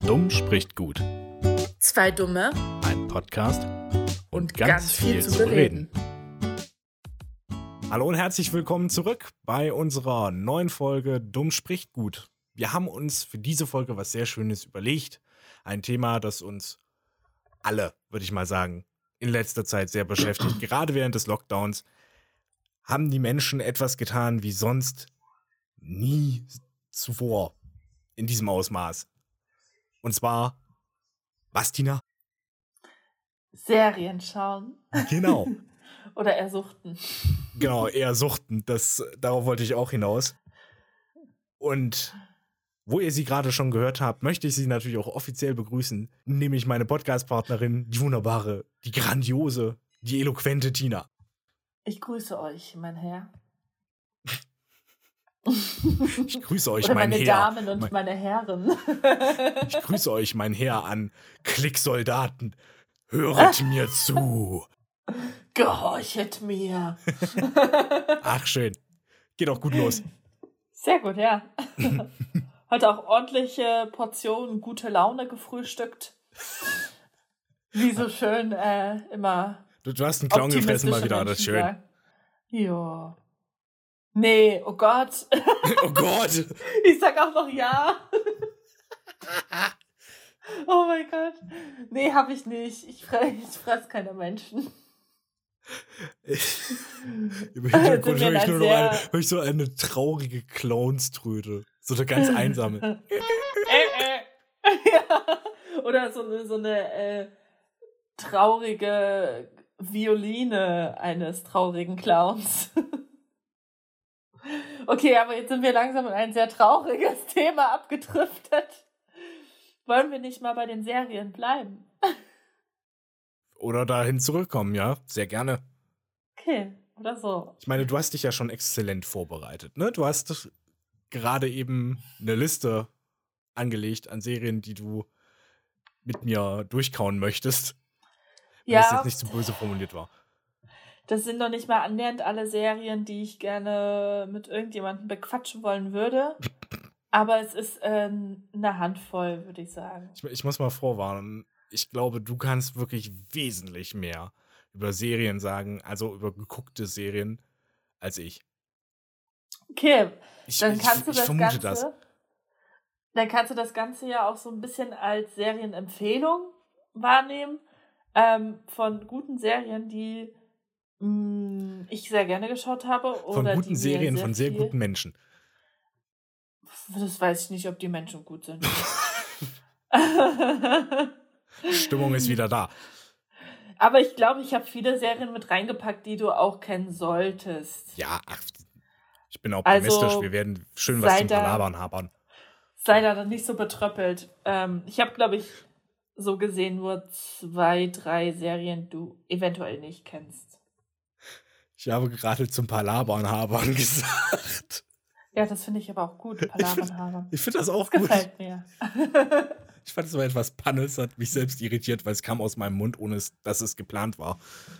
Dumm spricht gut. Zwei Dumme Ein Podcast und ganz viel zu bereden. Hallo und herzlich willkommen zurück bei unserer neuen Folge Dumm spricht gut. Wir haben uns für diese Folge was sehr Schönes überlegt. Ein Thema, das uns alle, würde ich mal sagen, in letzter Zeit sehr beschäftigt. Gerade während des Lockdowns haben die Menschen etwas getan wie sonst nie zuvor in diesem Ausmaß. Und zwar, was, Tina? Serien schauen. Genau. Oder ersuchten. Genau, eher suchten. Darauf wollte ich auch hinaus. Und wo ihr sie gerade schon gehört habt, möchte ich sie natürlich auch offiziell begrüßen. Nämlich meine Podcast-Partnerin, die wunderbare, die grandiose, die eloquente Tina. Ich grüße euch, mein Herr. Ich grüße euch, Oder mein meine Herr. Damen und meine Herren. Ich grüße euch, mein Herr, an Klicksoldaten. Höret mir zu. Gehorchet mir. Ach, schön. Geht auch gut los. Sehr gut, ja. Heute auch ordentliche Portionen gute Laune gefrühstückt. Wie so schön immer. Du hast einen Clown gefressen mal wieder, das ist schön. Ja. Nee, oh Gott. Oh Gott. Ich sag auch noch ja. Oh mein Gott. Nee, hab ich nicht. Ich fress keine Menschen. Im Hintergrund höre ich nur noch so eine traurige Clownströte. So eine ganz einsame. Ja. Oder so eine traurige Violine eines traurigen Clowns. Okay, aber jetzt sind wir langsam in ein sehr trauriges Thema abgedriftet. Wollen wir nicht mal bei den Serien bleiben? Oder dahin zurückkommen, ja? Sehr gerne. Okay, oder so. Ich meine, du hast dich ja schon exzellent vorbereitet, ne? Du hast gerade eben eine Liste angelegt an Serien, die du mit mir durchkauen möchtest. Wenn das jetzt nicht zu böse formuliert war. Das sind noch nicht mal annähernd alle Serien, die ich gerne mit irgendjemandem bequatschen wollen würde. Aber es ist eine Handvoll, würde ich sagen. Ich muss mal vorwarnen. Ich glaube, du kannst wirklich wesentlich mehr über Serien sagen, also über geguckte Serien, als ich. Okay, dann kannst du das Ganze ja auch so ein bisschen als Serienempfehlung wahrnehmen. Von guten Serien, die ich sehr gerne geschaut habe. Von oder guten Serien, von sehr guten Menschen. Das weiß ich nicht, ob die Menschen gut sind. Stimmung ist wieder da. Aber ich glaube, ich habe viele Serien mit reingepackt, die du auch kennen solltest. Ja, ich bin optimistisch. Also, wir werden schön was zum Palabern habern. Sei da dann nicht so betröppelt. Ich habe, glaube ich, so gesehen nur 2, 3 Serien, die du eventuell nicht kennst. Ich habe gerade zum Palabern habern gesagt. Ja, das finde ich aber auch gut, Palabern habern. Ich finde das auch gut. Das gefällt mir. Ich fand es aber etwas Panne, es hat mich selbst irritiert, weil es kam aus meinem Mund, ohne dass es geplant war.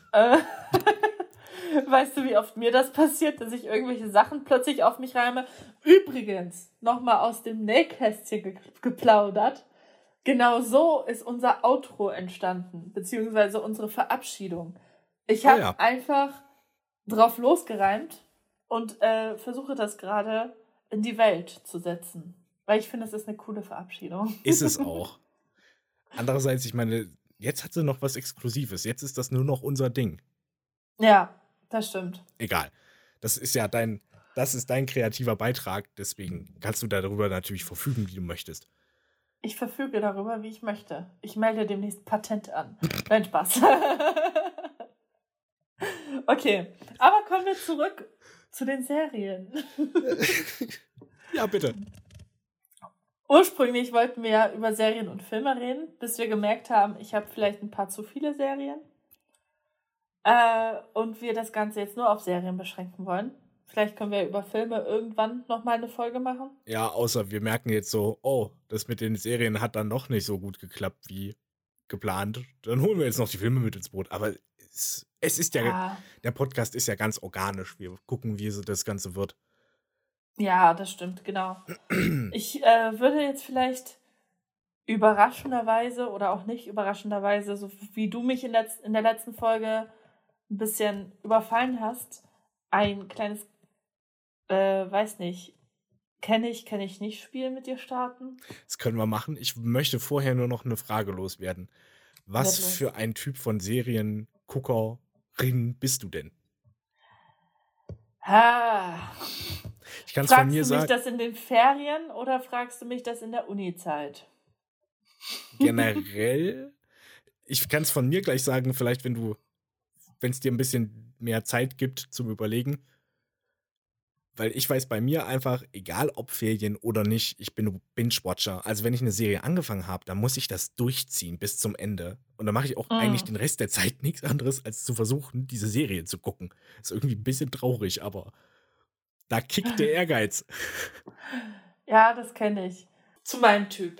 Weißt du, wie oft mir das passiert, dass ich irgendwelche Sachen plötzlich auf mich reime? Übrigens, nochmal aus dem Nähkästchen geplaudert. Genau so ist unser Outro entstanden, beziehungsweise unsere Verabschiedung. Ich habe einfach drauf losgereimt und versuche das gerade in die Welt zu setzen. Weil ich finde, es ist eine coole Verabschiedung. Ist es auch. Andererseits, ich meine, jetzt hat sie noch was Exklusives. Jetzt ist das nur noch unser Ding. Ja, das stimmt. Egal. Das ist ja dein kreativer Beitrag. Deswegen kannst du darüber natürlich verfügen, wie du möchtest. Ich verfüge darüber, wie ich möchte. Ich melde demnächst Patent an. Nein, Spaß. Okay, aber kommen wir zurück zu den Serien. Ja, bitte. Ursprünglich wollten wir ja über Serien und Filme reden, bis wir gemerkt haben, ich habe vielleicht ein paar zu viele Serien. Und wir das Ganze jetzt nur auf Serien beschränken wollen. Vielleicht können wir über Filme irgendwann nochmal eine Folge machen. Ja, außer wir merken jetzt so, das mit den Serien hat dann doch nicht so gut geklappt wie geplant. Dann holen wir jetzt noch die Filme mit ins Boot. Aber es ist ja, der Podcast ist ja ganz organisch. Wir gucken, wie das Ganze wird. Ja, das stimmt, genau. Ich würde jetzt vielleicht überraschenderweise oder auch nicht überraschenderweise, so wie du mich in der letzten Folge ein bisschen überfallen hast, ein kleines, weiß nicht, kann ich nicht Spiel mit dir starten? Das können wir machen. Ich möchte vorher nur noch eine Frage loswerden. Was Werd los. für ein Typ von Serienguckerin bist du denn? Ich kann es von Fragst mir du mich sagen, das in den Ferien oder fragst du mich das in der Uni-Zeit? generell, ich kann es von mir gleich sagen, vielleicht wenn es dir ein bisschen mehr Zeit gibt zum Überlegen, weil ich weiß bei mir einfach, egal ob Ferien oder nicht, ich bin Binge-Watcher. Also wenn ich eine Serie angefangen habe, dann muss ich das durchziehen bis zum Ende. Und dann mache ich auch eigentlich den Rest der Zeit nichts anderes, als zu versuchen, diese Serie zu gucken. Ist irgendwie ein bisschen traurig, aber da kickt der Ehrgeiz. Ja, das kenne ich. Zu meinem Typ.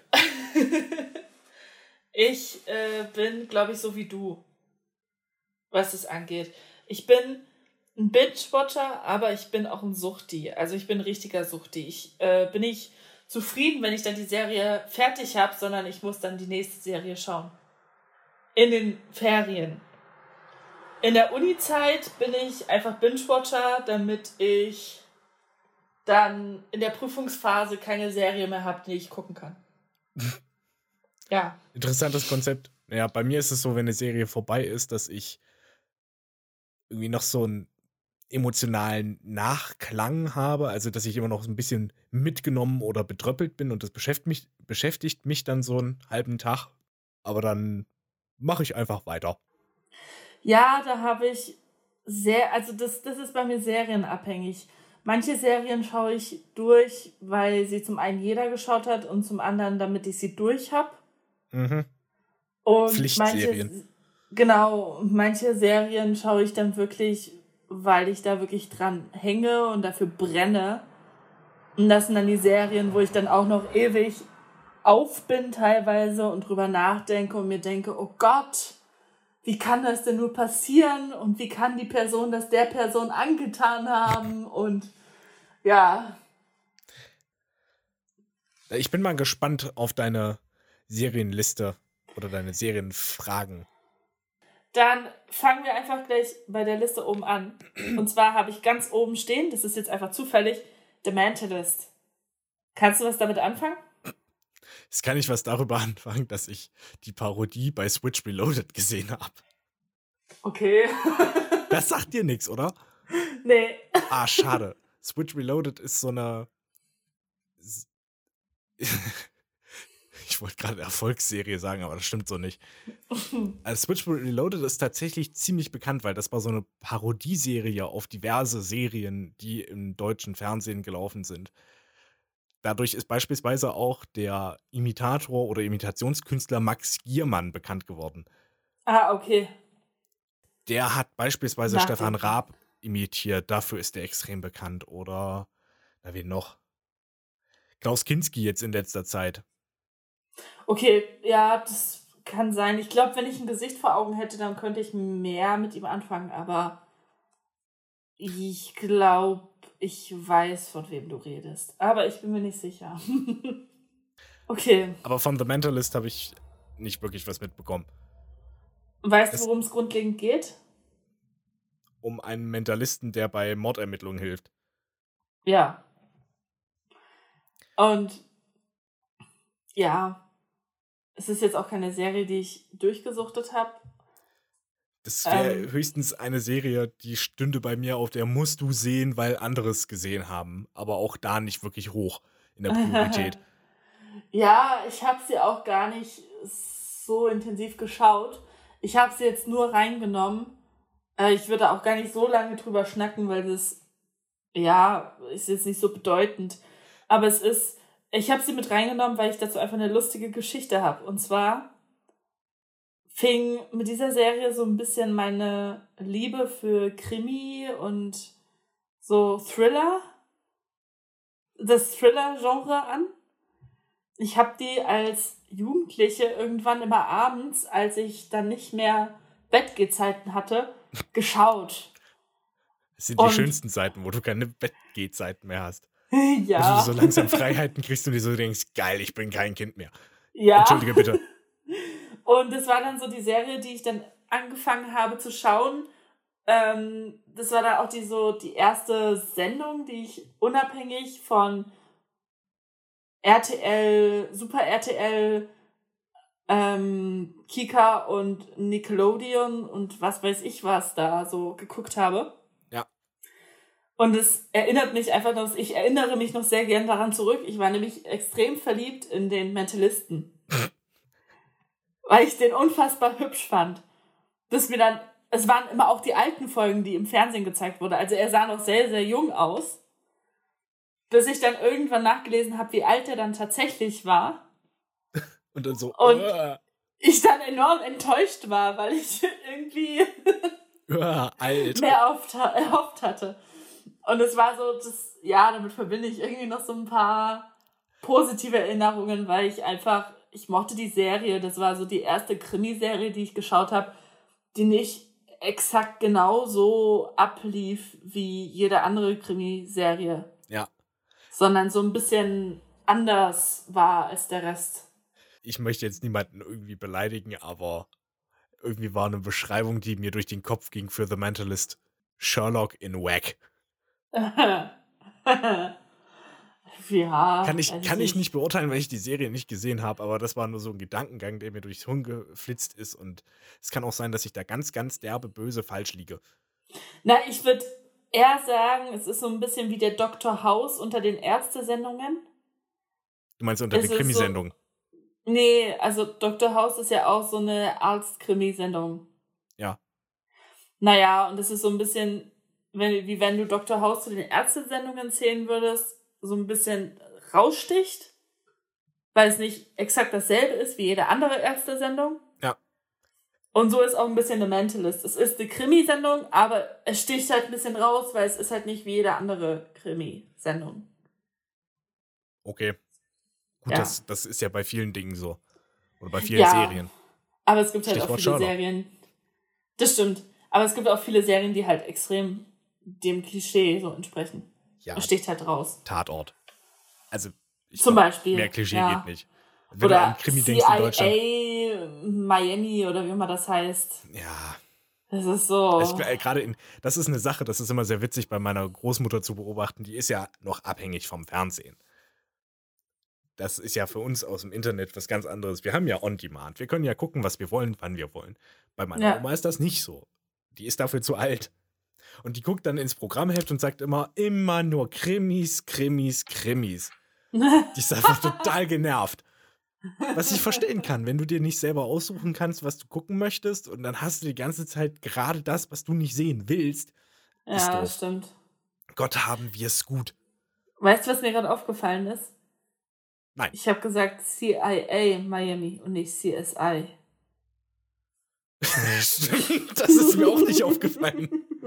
Ich bin, glaube ich, so wie du, was es angeht. Ich bin ein Binge-Watcher, aber ich bin auch ein Suchti. Also ich bin ein richtiger Suchti. Ich bin nicht zufrieden, wenn ich dann die Serie fertig habe, sondern ich muss dann die nächste Serie schauen. In den Ferien. In der Uni-Zeit bin ich einfach Binge-Watcher, damit ich dann in der Prüfungsphase keine Serie mehr habe, die ich gucken kann. Ja. Interessantes Konzept. Ja, bei mir ist es so, wenn eine Serie vorbei ist, dass ich irgendwie noch so einen emotionalen Nachklang habe, also dass ich immer noch so ein bisschen mitgenommen oder bedröppelt bin und das beschäftigt mich dann so einen halben Tag, aber dann mache ich einfach weiter. Ja, da habe ich also das ist bei mir serienabhängig. Manche Serien schaue ich durch, weil sie zum einen jeder geschaut hat und zum anderen, damit ich sie durch habe. Mhm. Und Pflichtserien. manche Serien schaue ich dann wirklich, weil ich da wirklich dran hänge und dafür brenne. Und das sind dann die Serien, wo ich dann auch noch ewig auf bin teilweise und drüber nachdenke und mir denke, oh Gott, wie kann das denn nur passieren und wie kann die Person das der Person angetan haben und ja. Ich bin mal gespannt auf deine Serienliste oder deine Serienfragen. Dann fangen wir einfach gleich bei der Liste oben an. Und zwar habe ich ganz oben stehen, das ist jetzt einfach zufällig, The Mentalist. Kannst du was damit anfangen? Jetzt kann ich was darüber anfangen, dass ich die Parodie bei Switch Reloaded gesehen habe. Okay. Das sagt dir nichts, oder? Nee. Ah, schade. Switch Reloaded ist so eine ich wollte gerade Erfolgsserie sagen, aber das stimmt so nicht. Also Switch Reloaded ist tatsächlich ziemlich bekannt, weil das war so eine Parodieserie auf diverse Serien, die im deutschen Fernsehen gelaufen sind. Dadurch ist beispielsweise auch der Imitator oder Imitationskünstler Max Giermann bekannt geworden. Ah, okay. Der hat beispielsweise Stefan Nachdenken. Raab imitiert, dafür ist er extrem bekannt. Oder, na wen noch? Klaus Kinski jetzt in letzter Zeit. Okay, ja, das kann sein. Ich glaube, wenn ich ein Gesicht vor Augen hätte, dann könnte ich mehr mit ihm anfangen, aber ich glaube, ich weiß, von wem du redest. Aber ich bin mir nicht sicher. Okay. Aber von The Mentalist habe ich nicht wirklich was mitbekommen. Weißt du, worum es grundlegend geht? Um einen Mentalisten, der bei Mordermittlungen hilft. Ja. Und ja, es ist jetzt auch keine Serie, die ich durchgesuchtet habe. Das wäre höchstens eine Serie, die stünde bei mir auf der musst du sehen, weil andere es gesehen haben. Aber auch da nicht wirklich hoch in der Priorität. Ja, ich habe sie auch gar nicht so intensiv geschaut. Ich habe sie jetzt nur reingenommen. Ich würde auch gar nicht so lange drüber schnacken, weil das, ja, ist jetzt nicht so bedeutend. Aber ich habe sie mit reingenommen, weil ich dazu einfach eine lustige Geschichte habe. Und zwar fing mit dieser Serie so ein bisschen meine Liebe für Krimi und so das Thriller-Genre an. Ich habe die als Jugendliche irgendwann immer abends, als ich dann nicht mehr Bettgehzeiten hatte, geschaut. Das sind die schönsten Zeiten, wo du keine Bettgehzeiten mehr hast. Ja. Wenn du so langsam Freiheiten kriegst und dir so denkst, geil, ich bin kein Kind mehr. Ja. Entschuldige bitte. Und das war dann so die Serie, die ich dann angefangen habe zu schauen. Das war dann auch die erste Sendung, die ich unabhängig von RTL, Super RTL, Kika und Nickelodeon und was weiß ich was da so geguckt habe. Ja. Und es erinnert mich einfach noch, ich erinnere mich noch sehr gern daran zurück. Ich war nämlich extrem verliebt in den Mentalisten. Weil ich den unfassbar hübsch fand. Es waren immer auch die alten Folgen, die im Fernsehen gezeigt wurden. Also er sah noch sehr, sehr jung aus. Bis ich dann irgendwann nachgelesen habe, wie alt er dann tatsächlich war. Und dann so, Und ich dann enorm enttäuscht war, weil ich irgendwie alt. mehr erhofft hatte. Und es war so, damit verbinde ich irgendwie noch so ein paar positive Erinnerungen, weil ich mochte die Serie. Das war so die erste Krimiserie, die ich geschaut habe, die nicht exakt genau so ablief wie jede andere Krimiserie. Ja. Sondern so ein bisschen anders war als der Rest. Ich möchte jetzt niemanden irgendwie beleidigen, aber irgendwie war eine Beschreibung, die mir durch den Kopf ging für The Mentalist. Sherlock in Wack. Ja. Kann ich nicht beurteilen, weil ich die Serie nicht gesehen habe, aber das war nur so ein Gedankengang, der mir durchs Hirn geflitzt ist und es kann auch sein, dass ich da ganz, ganz derbe böse falsch liege. Na, ich würde eher sagen, es ist so ein bisschen wie der Dr. House unter den Ärztesendungen. Du meinst unter den Krimisendungen? Nee, also Dr. House ist ja auch so eine Arzt-Krimi-Sendung. Ja. Naja, und es ist so ein bisschen, wie wenn du Dr. House zu den Ärztesendungen zählen würdest, so ein bisschen raussticht, weil es nicht exakt dasselbe ist wie jede andere Ärztesendung. Ja. Und so ist auch ein bisschen The Mentalist. Es ist eine Krimi-Sendung, aber es sticht halt ein bisschen raus, weil es ist halt nicht wie jede andere Krimi-Sendung. Okay. Gut, Ja. das ist ja bei vielen Dingen so. Oder bei vielen Serien. Aber es gibt halt Stichwort auch viele Sherlock. Serien. Das stimmt. Aber es gibt auch viele Serien, die halt extrem dem Klischee so entsprechen. Ja. Das sticht halt raus. Tatort. Also, zum Beispiel. Mehr Klischee geht nicht. Wenn oder du an Krimi denkst in Deutschland. Miami oder wie immer das heißt. Ja. Das ist so. Das ist eine Sache, das ist immer sehr witzig bei meiner Großmutter zu beobachten. Die ist ja noch abhängig vom Fernsehen. Das ist ja für uns aus dem Internet was ganz anderes. Wir haben ja On-Demand. Wir können ja gucken, was wir wollen, wann wir wollen. Bei meiner Oma ist das nicht so. Die ist dafür zu alt. Und die guckt dann ins Programmheft und sagt immer nur Krimis, Krimis, Krimis. Die ist einfach total genervt. Was ich verstehen kann, wenn du dir nicht selber aussuchen kannst, was du gucken möchtest und dann hast du die ganze Zeit gerade das, was du nicht sehen willst. Ist ja, doof. Stimmt. Gott, haben wir es gut. Weißt du, was mir gerade aufgefallen ist? Nein. Ich habe gesagt CIA Miami und nicht CSI. Stimmt, das ist mir auch nicht aufgefallen.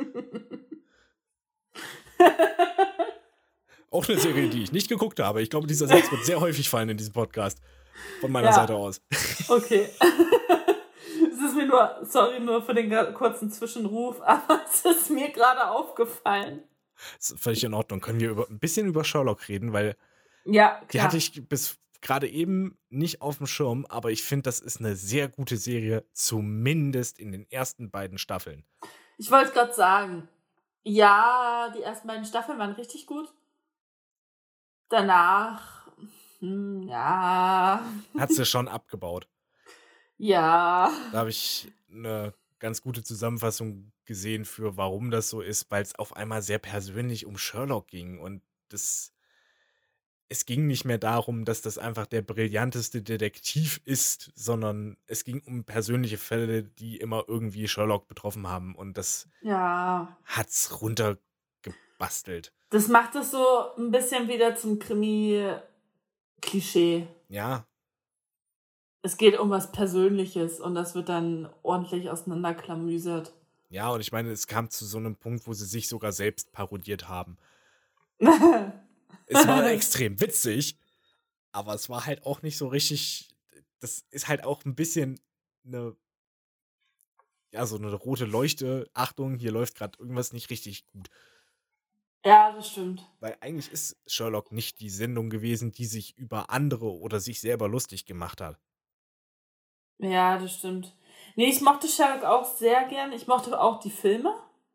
Auch eine Serie, die ich nicht geguckt habe. Ich glaube, dieser Satz wird sehr häufig fallen in diesem Podcast. Von meiner Seite aus. Okay. Es ist mir nur für den kurzen Zwischenruf, aber es ist mir gerade aufgefallen. Das ist völlig in Ordnung. Können wir ein bisschen über Sherlock reden, weil die hatte ich bis gerade eben nicht auf dem Schirm, aber ich finde, das ist eine sehr gute Serie, zumindest in den ersten beiden Staffeln. Ich wollte gerade sagen, ja, die ersten beiden Staffeln waren richtig gut. Danach, ja. Hat sie schon abgebaut. Ja. Da habe ich eine ganz gute Zusammenfassung gesehen für warum das so ist, weil es auf einmal sehr persönlich um Sherlock ging und es ging nicht mehr darum, dass das einfach der brillanteste Detektiv ist, sondern es ging um persönliche Fälle, die immer irgendwie Sherlock betroffen haben und das hat's runtergebastelt. Das macht es so ein bisschen wieder zum Krimi-Klischee. Ja. Es geht um was Persönliches und das wird dann ordentlich auseinanderklamüsert. Ja, und ich meine, es kam zu so einem Punkt, wo sie sich sogar selbst parodiert haben. Es war extrem witzig, aber es war halt auch nicht so richtig. Das ist halt auch ein bisschen so eine rote Leuchte. Achtung, hier läuft gerade irgendwas nicht richtig gut. Ja, das stimmt. Weil eigentlich ist Sherlock nicht die Sendung gewesen, die sich über andere oder sich selber lustig gemacht hat. Ja, das stimmt. Nee, ich mochte Sherlock auch sehr gern. Ich mochte auch die Filme,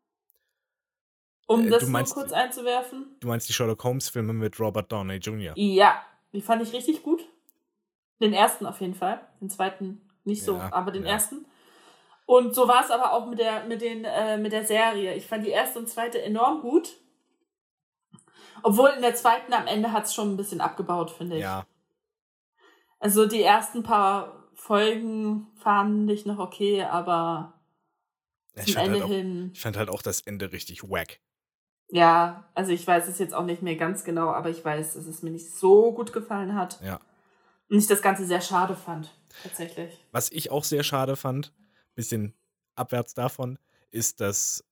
um Du das nur meinst, kurz einzuwerfen. du meinst die Sherlock Holmes-Filme mit Robert Downey Jr.? Ja, die fand ich richtig gut. Den ersten auf jeden Fall. Den zweiten nicht so, Ja, aber den ja. ersten. Und so war es aber auch mit der Serie. Ich fand die erste und zweite enorm gut. Obwohl in der zweiten am Ende hat es schon ein bisschen abgebaut, finde ich. Ja, Also die ersten paar Folgen fand ich noch okay, aber ich zum fand Ende halt auch, hin. ich fand halt auch das Ende richtig wack. Ja, also ich weiß es jetzt auch nicht mehr ganz genau, aber ich weiß, dass es mir nicht so gut gefallen hat. Ja. Und ich das Ganze sehr schade fand, tatsächlich. Was ich auch sehr schade fand, bisschen abwärts davon, ist, dass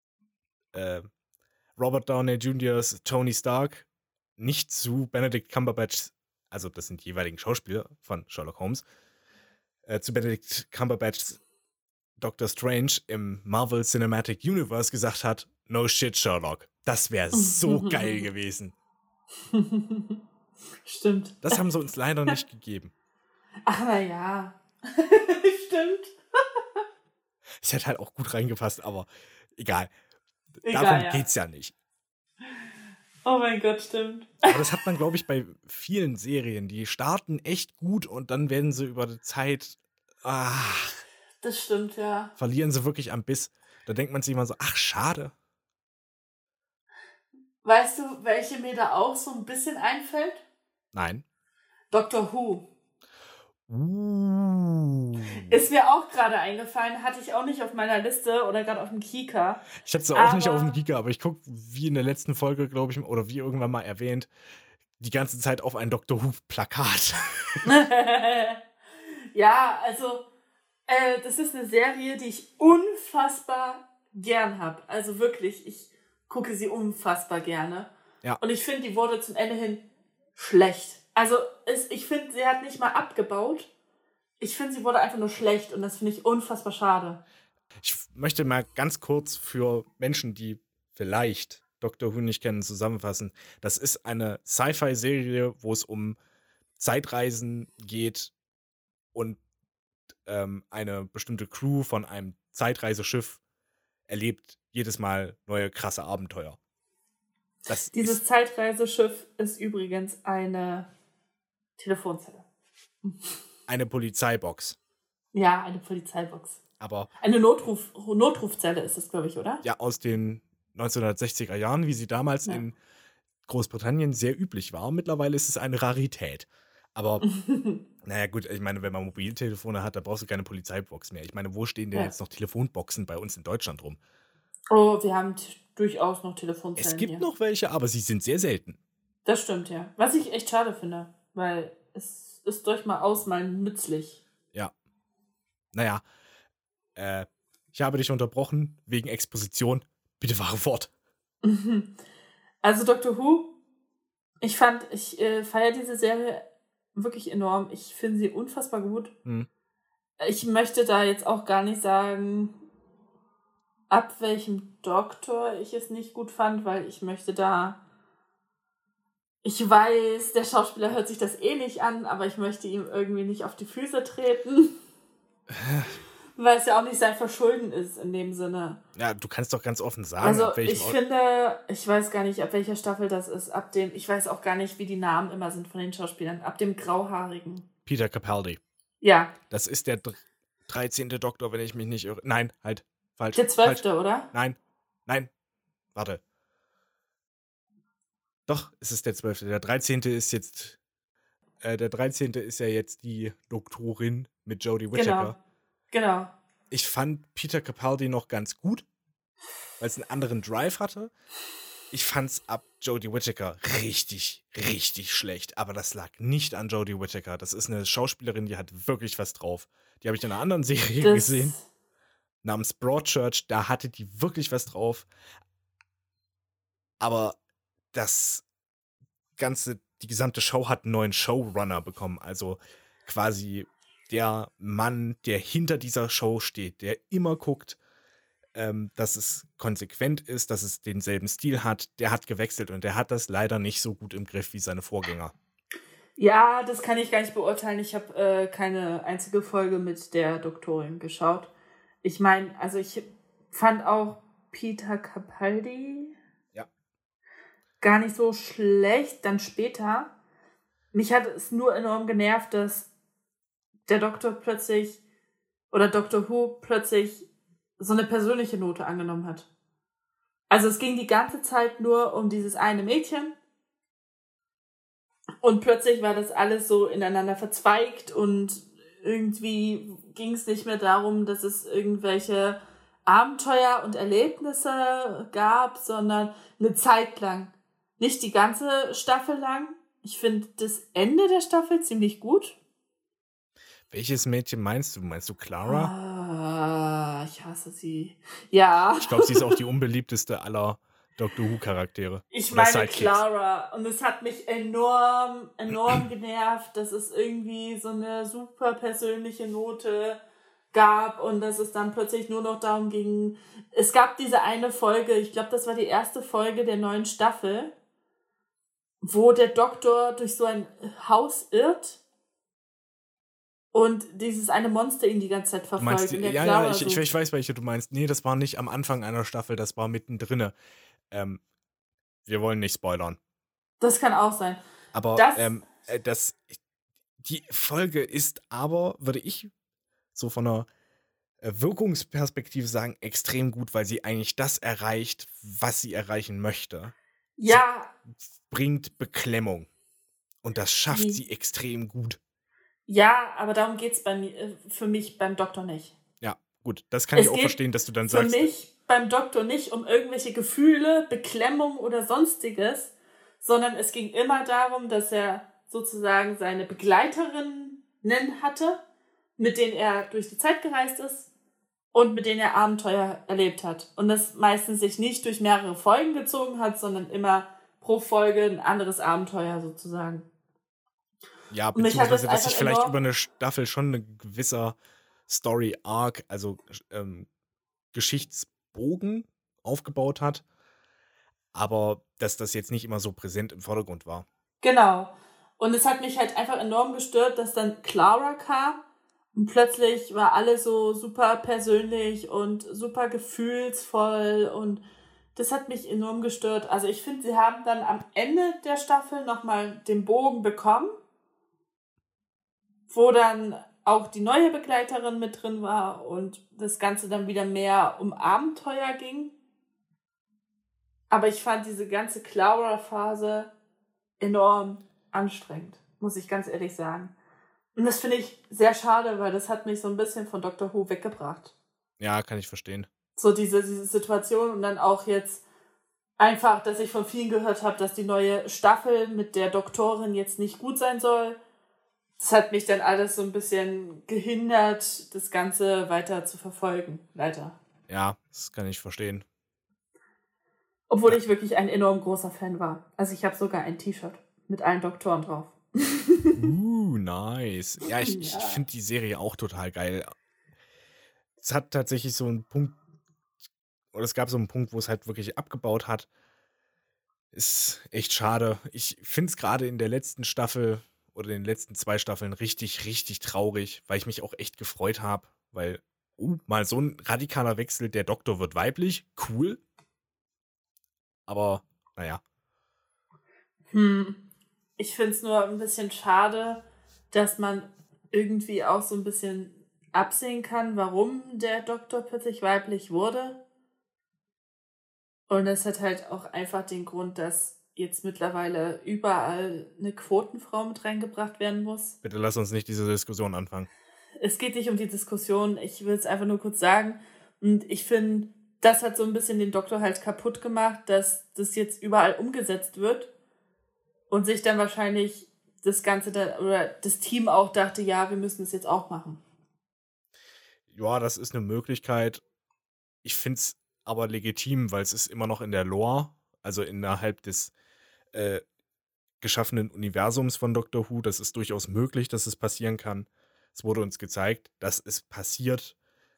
Robert Downey Jr.'s Tony Stark nicht zu Benedict Cumberbatch, also das sind die jeweiligen Schauspieler von Sherlock Holmes, zu Benedict Cumberbatchs Doctor Strange im Marvel Cinematic Universe gesagt hat, no shit, Sherlock. Das wäre so geil gewesen. Stimmt. Das haben sie uns leider nicht gegeben. Ach, na ja. Stimmt. Es hätte halt auch gut reingepasst, aber egal. Egal, Darum ja. geht's ja nicht. Oh mein Gott, stimmt. Aber das hat man, glaube ich, bei vielen Serien. Die starten echt gut und dann werden sie über die Zeit, Das stimmt, ja. verlieren sie wirklich am Biss. Da denkt man sich immer so, ach, schade. Weißt du, welche mir da auch so ein bisschen einfällt? Nein. Doctor Who. Ist mir auch gerade eingefallen, hatte ich auch nicht auf meiner Liste oder gerade auf dem Kika. Ich hatte es auch nicht auf dem Kika, aber ich gucke, wie in der letzten Folge, glaube ich, oder wie irgendwann mal erwähnt, die ganze Zeit auf ein Doctor Who-Plakat. Ja, also das ist eine Serie, die ich unfassbar gern habe. Also wirklich, ich gucke sie unfassbar gerne. Ja. Und ich finde, die wurde zum Ende hin schlecht. Also ich finde, sie hat nicht mal abgebaut. Ich finde, sie wurde einfach nur schlecht und das finde ich unfassbar schade. Ich möchte mal ganz kurz für Menschen, die vielleicht Doctor Who nicht kennen, zusammenfassen. Das ist eine Sci-Fi-Serie, wo es um Zeitreisen geht und eine bestimmte Crew von einem Zeitreiseschiff erlebt jedes Mal neue krasse Abenteuer. Dieses Zeitreiseschiff ist übrigens eine Telefonzelle. Eine Polizeibox. Ja, eine Polizeibox. Aber eine Notrufzelle ist es, glaube ich, oder? Ja, aus den 1960er Jahren, wie sie damals in Großbritannien sehr üblich war. Mittlerweile ist es eine Rarität. Aber, naja gut, ich meine, wenn man Mobiltelefone hat, da brauchst du keine Polizeibox mehr. Ich meine, wo stehen denn jetzt noch Telefonboxen bei uns in Deutschland rum? Oh, wir haben durchaus noch Telefonzellen. Es gibt noch welche, aber sie sind sehr selten. Das stimmt, ja. Was ich echt schade finde, weil es ist durchaus mal nützlich. Ja. Naja, ich habe dich unterbrochen wegen Exposition. Bitte fahre fort. Also Doctor Who, ich feiere diese Serie wirklich enorm. Ich finde sie unfassbar gut. Ich möchte da jetzt auch gar nicht sagen, ab welchem Doktor ich es nicht gut fand, weil ich weiß, der Schauspieler hört sich das eh nicht an, aber ich möchte ihm irgendwie nicht auf die Füße treten. Weil es ja auch nicht sein Verschulden ist in dem Sinne. Ja, du kannst doch ganz offen sagen, also ab welchem ich weiß gar nicht, ab welcher Staffel das ist. Ich weiß auch gar nicht, wie die Namen immer sind von den Schauspielern. Ab dem Grauhaarigen. Peter Capaldi. Ja. Das ist der 13. Doktor, wenn ich mich nicht irre. Nein, halt, falsch. Der 12., falsch. oder? Nein, warte. Doch, es ist der 12. Der 13. ist jetzt, der 13. ist ja jetzt die Doktorin mit Jodie Whittaker. Genau. Ich fand Peter Capaldi noch ganz gut, weil es einen anderen Drive hatte. Ich fand's ab Jodie Whittaker richtig, richtig schlecht. Aber das lag nicht an Jodie Whittaker. Das ist eine Schauspielerin, die hat wirklich was drauf. Die habe ich in einer anderen Serie gesehen, namens Broadchurch. Da hatte die wirklich was drauf. Aber die gesamte Show hat einen neuen Showrunner bekommen. Also quasi der Mann, der hinter dieser Show steht, der immer guckt, dass es konsequent ist, dass es denselben Stil hat. Der hat gewechselt und der hat das leider nicht so gut im Griff wie seine Vorgänger. Ja, das kann ich gar nicht beurteilen. Ich habe keine einzige Folge mit der Doktorin geschaut. Ich meine, also ich fand auch Peter Capaldi Ja. gar nicht so schlecht. Dann später, mich hat es nur enorm genervt, dass der Doktor plötzlich oder Doctor Who plötzlich so eine persönliche Note angenommen hat. Also es ging die ganze Zeit nur um dieses eine Mädchen und plötzlich war das alles so ineinander verzweigt und irgendwie ging es nicht mehr darum, dass es irgendwelche Abenteuer und Erlebnisse gab, sondern eine Zeit lang. Nicht die ganze Staffel lang. Ich finde das Ende der Staffel ziemlich gut. Welches Mädchen meinst du? Meinst du Clara? Ich hasse sie. Ja. Ich glaube, sie ist auch die unbeliebteste aller Doctor Who-Charaktere. Ich Oder meine Sidekicks. Clara. Und es hat mich enorm genervt, dass es irgendwie so eine super persönliche Note gab und dass es dann plötzlich nur noch darum ging. Es gab diese eine Folge, ich glaube, das war die erste Folge der neuen Staffel, wo der Doktor durch so ein Haus irrt und dieses eine Monster ihn die ganze Zeit Du verfolgt. meinst, und der ja, Clara ich so. weiß, welche du meinst. Nee, das war nicht am Anfang einer Staffel, das war mittendrin. Wir wollen nicht spoilern. Das kann auch sein. Aber die Folge ist aber, würde ich so von einer Wirkungsperspektive sagen, extrem gut, weil sie eigentlich das erreicht, was sie erreichen möchte. Ja. Sie bringt Beklemmung. Und das schafft sie extrem gut. Ja, aber darum geht es für mich beim Doktor nicht. Ja, gut, das kann ich auch verstehen, dass du dann sagst. Für mich beim Doktor nicht um irgendwelche Gefühle, Beklemmung oder sonstiges, sondern es ging immer darum, dass er sozusagen seine Begleiterinnen hatte, mit denen er durch die Zeit gereist ist und mit denen er Abenteuer erlebt hat. Und das meistens sich nicht durch mehrere Folgen gezogen hat, sondern immer pro Folge ein anderes Abenteuer sozusagen. Ja, beziehungsweise, dass sich vielleicht über eine Staffel schon ein gewisser Story-Arc, also Geschichtsbogen aufgebaut hat, aber dass das jetzt nicht immer so präsent im Vordergrund war. Genau. Und es hat mich halt einfach enorm gestört, dass dann Clara kam und plötzlich war alles so super persönlich und super gefühlsvoll und das hat mich enorm gestört. Also ich finde, sie haben dann am Ende der Staffel nochmal den Bogen bekommen, wo dann auch die neue Begleiterin mit drin war und das Ganze dann wieder mehr um Abenteuer ging. Aber ich fand diese ganze Clara-Phase enorm anstrengend, muss ich ganz ehrlich sagen. Und das finde ich sehr schade, weil das hat mich so ein bisschen von Doctor Who weggebracht. Ja, kann ich verstehen. So diese Situation und dann auch jetzt einfach, dass ich von vielen gehört habe, dass die neue Staffel mit der Doktorin jetzt nicht gut sein soll. Das hat mich dann alles so ein bisschen gehindert, das Ganze weiter zu verfolgen, leider. Ja, das kann ich verstehen. Obwohl ich wirklich ein enorm großer Fan war. Also ich habe sogar ein T-Shirt mit allen Doktoren drauf. Nice. Ja, ich finde die Serie auch total geil. Es hat tatsächlich so einen Punkt, oder es gab so einen Punkt, wo es halt wirklich abgebaut hat. Ist echt schade. Ich finde es gerade in der letzten Staffel oder in den letzten 2 Staffeln richtig, richtig traurig, weil ich mich auch echt gefreut habe, weil, mal so ein radikaler Wechsel, der Doktor wird weiblich, cool. Aber, naja. Ich finde es nur ein bisschen schade, dass man irgendwie auch so ein bisschen absehen kann, warum der Doktor plötzlich weiblich wurde. Und es hat halt auch einfach den Grund, dass jetzt mittlerweile überall eine Quotenfrau mit reingebracht werden muss. Bitte lass uns nicht diese Diskussion anfangen. Es geht nicht um die Diskussion, ich will es einfach nur kurz sagen. Und ich finde, das hat so ein bisschen den Doktor halt kaputt gemacht, dass das jetzt überall umgesetzt wird und sich dann wahrscheinlich das Ganze oder das Team auch dachte, ja, wir müssen es jetzt auch machen. Ja, das ist eine Möglichkeit. Ich finde es aber legitim, weil es ist immer noch in der Lore, also innerhalb des geschaffenen Universums von Doctor Who. Das ist durchaus möglich, dass es passieren kann. Es wurde uns gezeigt, dass es passiert.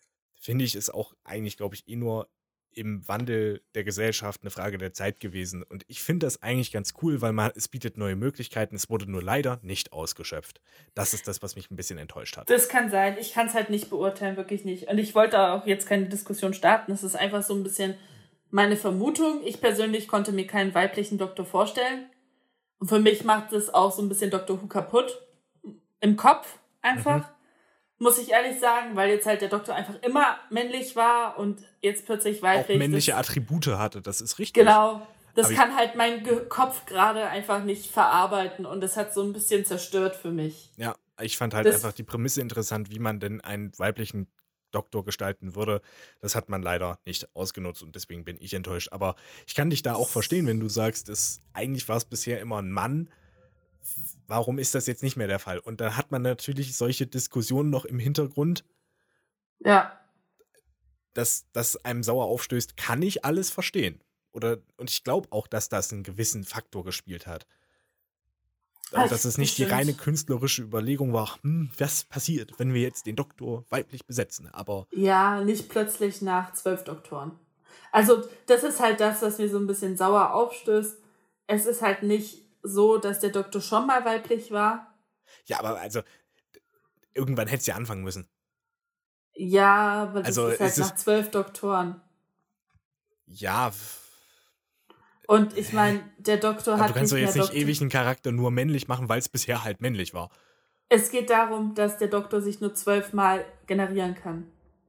finde ich, ist auch eigentlich, glaube ich, nur im Wandel der Gesellschaft eine Frage der Zeit gewesen. Und ich finde das eigentlich ganz cool, weil es bietet neue Möglichkeiten. Es wurde nur leider nicht ausgeschöpft. Das ist das, was mich ein bisschen enttäuscht hat. Das kann sein. Ich kann es halt nicht beurteilen, wirklich nicht. Und ich wollte auch jetzt keine Diskussion starten. Es ist einfach so ein bisschen meine Vermutung. Ich persönlich konnte mir keinen weiblichen Doktor vorstellen. Und für mich macht es auch so ein bisschen Dr. Who kaputt. Im Kopf einfach. Muss ich ehrlich sagen, weil jetzt halt der Doktor einfach immer männlich war und jetzt plötzlich weiblich. Auch männliche Attribute hatte, das ist richtig. Genau. Das kann halt mein Kopf gerade einfach nicht verarbeiten und das hat so ein bisschen zerstört für mich. Ja, ich fand halt einfach die Prämisse interessant, wie man denn einen weiblichen Doktor gestalten würde. Das hat man leider nicht ausgenutzt und deswegen bin ich enttäuscht. Aber ich kann dich da auch verstehen, wenn du sagst, eigentlich war es bisher immer ein Mann. Warum ist das jetzt nicht mehr der Fall? Und dann hat man natürlich solche Diskussionen noch im Hintergrund. Ja. Dass das einem sauer aufstößt, kann ich alles verstehen. Und ich glaube auch, dass das einen gewissen Faktor gespielt hat. Also, dass es nicht die reine künstlerische Überlegung war, was passiert, wenn wir jetzt den Doktor weiblich besetzen, aber... Ja, nicht plötzlich nach 12 Doktoren. Also, das ist halt das, was mir so ein bisschen sauer aufstößt. Es ist halt nicht so, dass der Doktor schon mal weiblich war. Ja, aber also, irgendwann hätte es ja anfangen müssen. Ja, aber das ist halt nach 12 Doktoren. Ja. Und ich meine, der Doktor hat. Du kannst doch jetzt nicht ewig einen Charakter nur männlich machen, weil es bisher halt männlich war. Es geht darum, dass der Doktor sich nur 12 Mal generieren kann.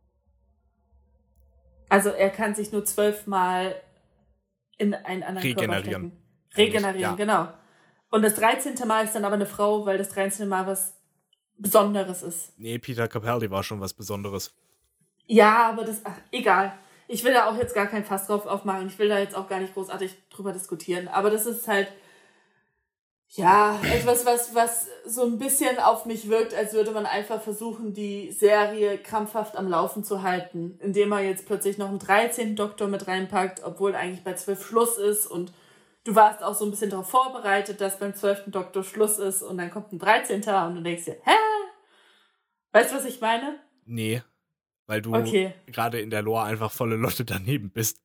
Also er kann sich nur 12 Mal in einen anderen Körper stecken. Regenerieren, genau. Und das 13. Mal ist dann aber eine Frau, weil das 13. Mal was Besonderes ist. Nee, Peter Capaldi war schon was Besonderes. Ja, aber egal. Ich will da auch jetzt gar kein Fass drauf aufmachen. Ich will da jetzt auch gar nicht großartig drüber diskutieren. Aber das ist halt, ja, etwas, was so ein bisschen auf mich wirkt, als würde man einfach versuchen, die Serie krampfhaft am Laufen zu halten. Indem man jetzt plötzlich noch einen 13. Doktor mit reinpackt, obwohl eigentlich bei 12 Schluss ist. Und du warst auch so ein bisschen darauf vorbereitet, dass beim 12. Doktor Schluss ist. Und dann kommt ein 13. Und du denkst dir, hä? Weißt du, was ich meine? Nee. Weil du gerade in der Lore einfach volle Lotte daneben bist.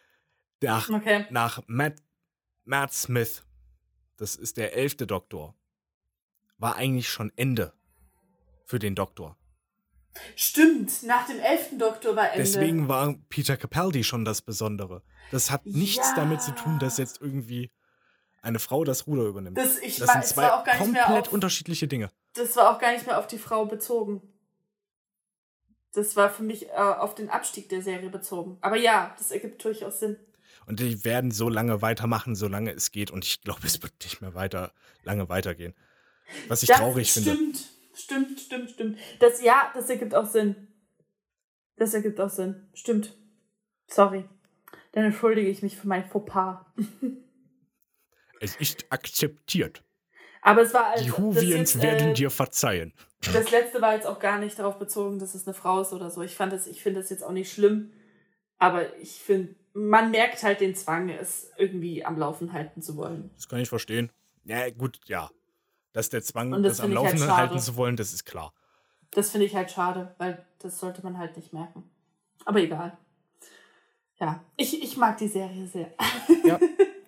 Nach Matt Smith, das ist der 11. Doktor, war eigentlich schon Ende für den Doktor. Stimmt, nach dem 11. Doktor war Ende. Deswegen war Peter Capaldi schon das Besondere. Das hat nichts damit zu tun, dass jetzt irgendwie eine Frau das Ruder übernimmt. Das sind zwei komplett unterschiedliche Dinge. Das war auch gar nicht mehr auf die Frau bezogen. Das war für mich auf den Abstieg der Serie bezogen. Aber ja, das ergibt durchaus Sinn. Und die werden so lange weitermachen, solange es geht. Und ich glaube, es wird nicht mehr lange weitergehen. Was ich traurig finde. Stimmt. Das ergibt auch Sinn. Das ergibt auch Sinn. Stimmt. Sorry. Dann entschuldige ich mich für mein Fauxpas. Es ist akzeptiert. Aber es war die Whovians werden dir verzeihen. Das letzte war jetzt auch gar nicht darauf bezogen, dass es eine Frau ist oder so. Ich finde das jetzt auch nicht schlimm. Aber ich finde, man merkt halt den Zwang, es irgendwie am Laufen halten zu wollen. Das kann ich verstehen. Ja, gut, ja. Dass der Zwang, das am Laufen halten zu wollen, das ist klar. Das finde ich halt schade, weil das sollte man halt nicht merken. Aber egal. Ja, ich mag die Serie sehr. Ja.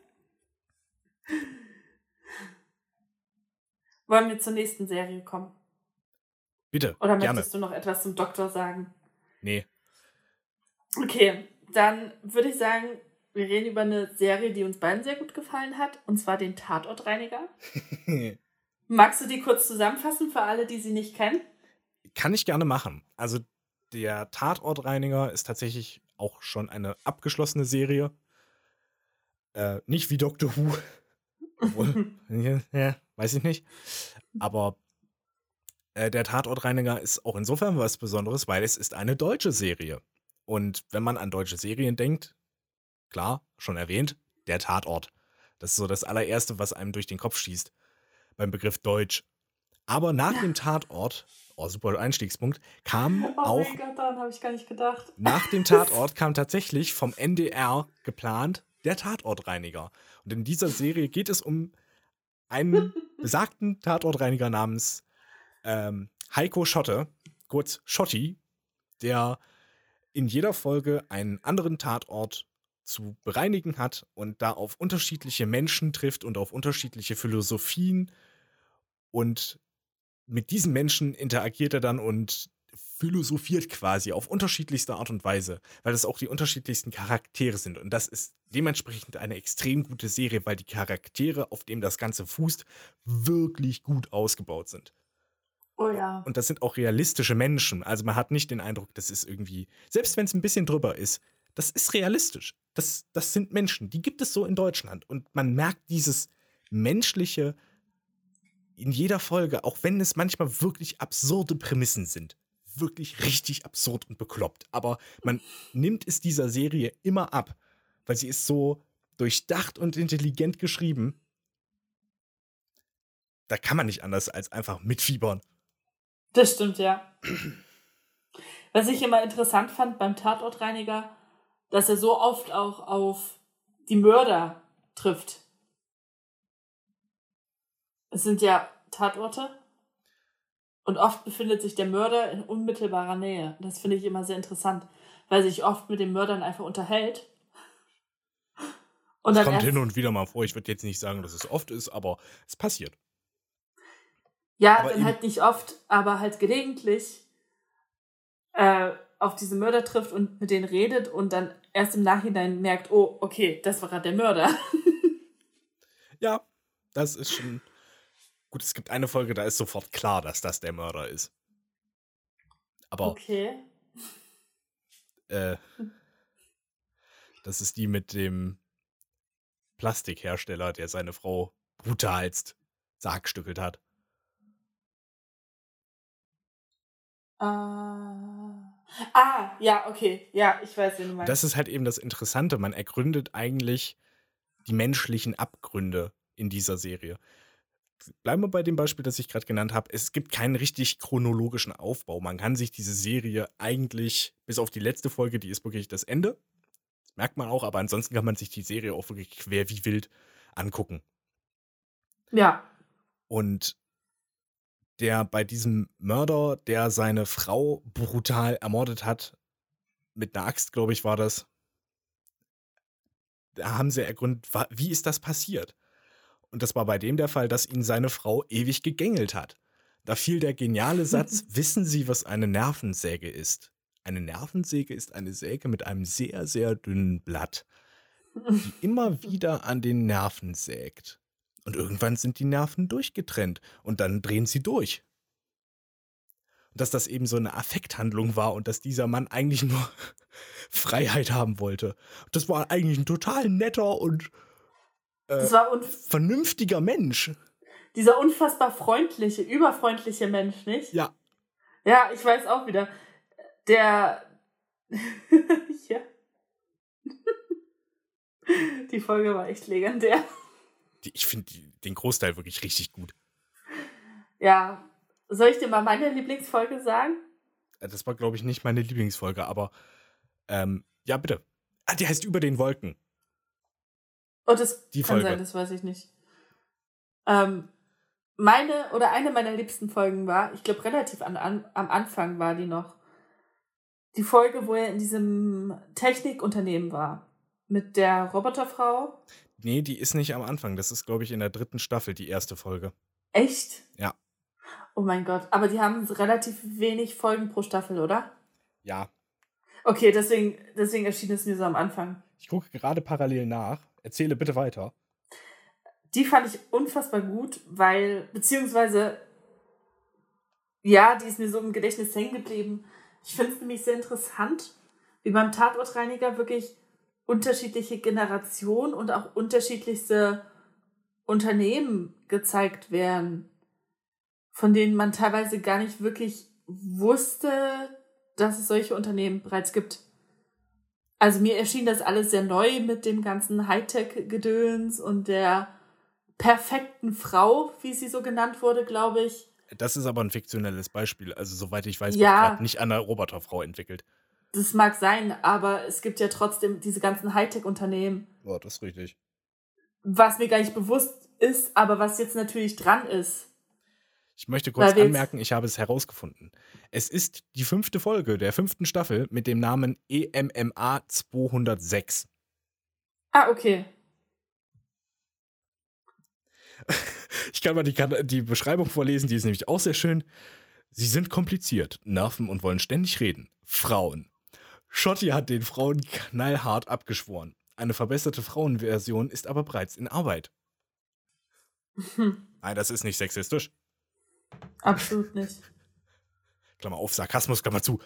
Wollen wir zur nächsten Serie kommen? Bitte, Oder möchtest du noch etwas zum Doktor sagen? Nee. Okay, dann würde ich sagen, wir reden über eine Serie, die uns beiden sehr gut gefallen hat, und zwar den Tatortreiniger. Magst du die kurz zusammenfassen für alle, die sie nicht kennen? Kann ich gerne machen. Also der Tatortreiniger ist tatsächlich auch schon eine abgeschlossene Serie. Nicht wie Doctor Who. Obwohl, ja, weiß ich nicht. Aber der Tatortreiniger ist auch insofern was Besonderes, weil es ist eine deutsche Serie. Und wenn man an deutsche Serien denkt, klar, schon erwähnt, der Tatort. Das ist so das allererste, was einem durch den Kopf schießt beim Begriff Deutsch. Aber nach dem Tatort, super Einstiegspunkt, kam auch... Oh mein Gott, daran habe ich gar nicht gedacht. Nach dem Tatort kam tatsächlich vom NDR geplant der Tatortreiniger. Und in dieser Serie geht es um einen besagten Tatortreiniger namens Heiko Schotte, kurz Schotti, der in jeder Folge einen anderen Tatort zu bereinigen hat und da auf unterschiedliche Menschen trifft und auf unterschiedliche Philosophien. Und mit diesen Menschen interagiert er dann und philosophiert quasi auf unterschiedlichste Art und Weise, weil das auch die unterschiedlichsten Charaktere sind. Und das ist dementsprechend eine extrem gute Serie, weil die Charaktere, auf denen das Ganze fußt, wirklich gut ausgebaut sind. Oh ja. Und das sind auch realistische Menschen. Also man hat nicht den Eindruck, das ist irgendwie, selbst wenn es ein bisschen drüber ist, das ist realistisch. Das sind Menschen, die gibt es so in Deutschland. Und man merkt dieses Menschliche in jeder Folge, auch wenn es manchmal wirklich absurde Prämissen sind. Wirklich richtig absurd und bekloppt. Aber man nimmt es dieser Serie immer ab, weil sie ist so durchdacht und intelligent geschrieben. Da kann man nicht anders als einfach mitfiebern. Das stimmt, ja. Was ich immer interessant fand beim Tatortreiniger, dass er so oft auch auf die Mörder trifft. Es sind ja Tatorte und oft befindet sich der Mörder in unmittelbarer Nähe. Das finde ich immer sehr interessant, weil sich oft mit den Mördern einfach unterhält. Und das dann kommt hin und wieder mal vor. Ich würde jetzt nicht sagen, dass es oft ist, aber es passiert. Ja, aber dann halt nicht oft, aber halt gelegentlich auf diese Mörder trifft und mit denen redet und dann erst im Nachhinein merkt, oh, okay, das war gerade der Mörder. Ja, das ist schon... Gut, es gibt eine Folge, da ist sofort klar, dass das der Mörder ist. Aber okay. Das ist die mit dem Plastikhersteller, der seine Frau brutalst sargstückelt hat. Ja, okay. Ja, ich weiß, wen du meinst. Das ist halt eben das Interessante. Man ergründet eigentlich die menschlichen Abgründe in dieser Serie. Bleiben wir bei dem Beispiel, das ich gerade genannt habe. Es gibt keinen richtig chronologischen Aufbau. Man kann sich diese Serie eigentlich, bis auf die letzte Folge, die ist wirklich das Ende. Das merkt man auch, aber ansonsten kann man sich die Serie auch wirklich quer wie wild angucken. Ja. Und der bei diesem Mörder, der seine Frau brutal ermordet hat, mit einer Axt, glaube ich, war das, da haben sie ergründet, wie ist das passiert? Und das war bei dem der Fall, dass ihn seine Frau ewig gegängelt hat. Da fiel der geniale Satz, wissen Sie, was eine Nervensäge ist? Eine Nervensäge ist eine Säge mit einem sehr, sehr dünnen Blatt, die immer wieder an den Nerven sägt. Und irgendwann sind die Nerven durchgetrennt und dann drehen sie durch. Und dass das eben so eine Affekthandlung war und dass dieser Mann eigentlich nur Freiheit haben wollte. Das war eigentlich ein total netter und vernünftiger Mensch. Dieser unfassbar freundliche, überfreundliche Mensch, nicht? Ja. Ja, ich weiß auch wieder. Der... ja. Die Folge war echt legendär. Ich finde den Großteil wirklich richtig gut. Ja. Soll ich dir mal meine Lieblingsfolge sagen? Das war, glaube ich, nicht meine Lieblingsfolge, aber ja, bitte. Die heißt Über den Wolken. Oh, das die kann Folge. sein, das weiß ich nicht. Eine meiner liebsten Folgen war, ich glaube relativ am Anfang war die noch, die Folge, wo er in diesem Technikunternehmen war. Mit der Roboterfrau. Nee, die ist nicht am Anfang. Das ist, glaube ich, in der 3. Staffel die erste Folge. Echt? Ja. Oh mein Gott. Aber die haben relativ wenig Folgen pro Staffel, oder? Ja. Okay, deswegen erschien es mir so am Anfang. Ich gucke gerade parallel nach. Erzähle bitte weiter. Die fand ich unfassbar gut, beziehungsweise, ja, die ist mir so im Gedächtnis hängen geblieben. Ich finde es nämlich sehr interessant, wie beim Tatortreiniger wirklich unterschiedliche Generationen und auch unterschiedlichste Unternehmen gezeigt werden, von denen man teilweise gar nicht wirklich wusste, dass es solche Unternehmen bereits gibt. Also mir erschien das alles sehr neu mit dem ganzen Hightech-Gedöns und der perfekten Frau, wie sie so genannt wurde, glaube ich. Das ist aber ein fiktionelles Beispiel. Also soweit ich weiß, Ja, wird gerade nicht an einer Roboterfrau entwickelt. Das mag sein, aber es gibt ja trotzdem diese ganzen Hightech-Unternehmen. Ja, das ist richtig. Was mir gar nicht bewusst ist, aber was jetzt natürlich dran ist. Ich möchte kurz Weil wir jetzt- anmerken, ich habe es herausgefunden. Es ist die 5. Folge der 5. Staffel mit dem Namen EMMA 206. Ah, okay. Ich kann mal die Beschreibung vorlesen, die ist nämlich auch sehr schön. Sie sind kompliziert, nerven und wollen ständig reden. Frauen. Schotti hat den Frauen knallhart abgeschworen. Eine verbesserte Frauenversion ist aber bereits in Arbeit. Nein, das ist nicht sexistisch. Absolut nicht. Klammer auf, Sarkasmus, Klammer zu.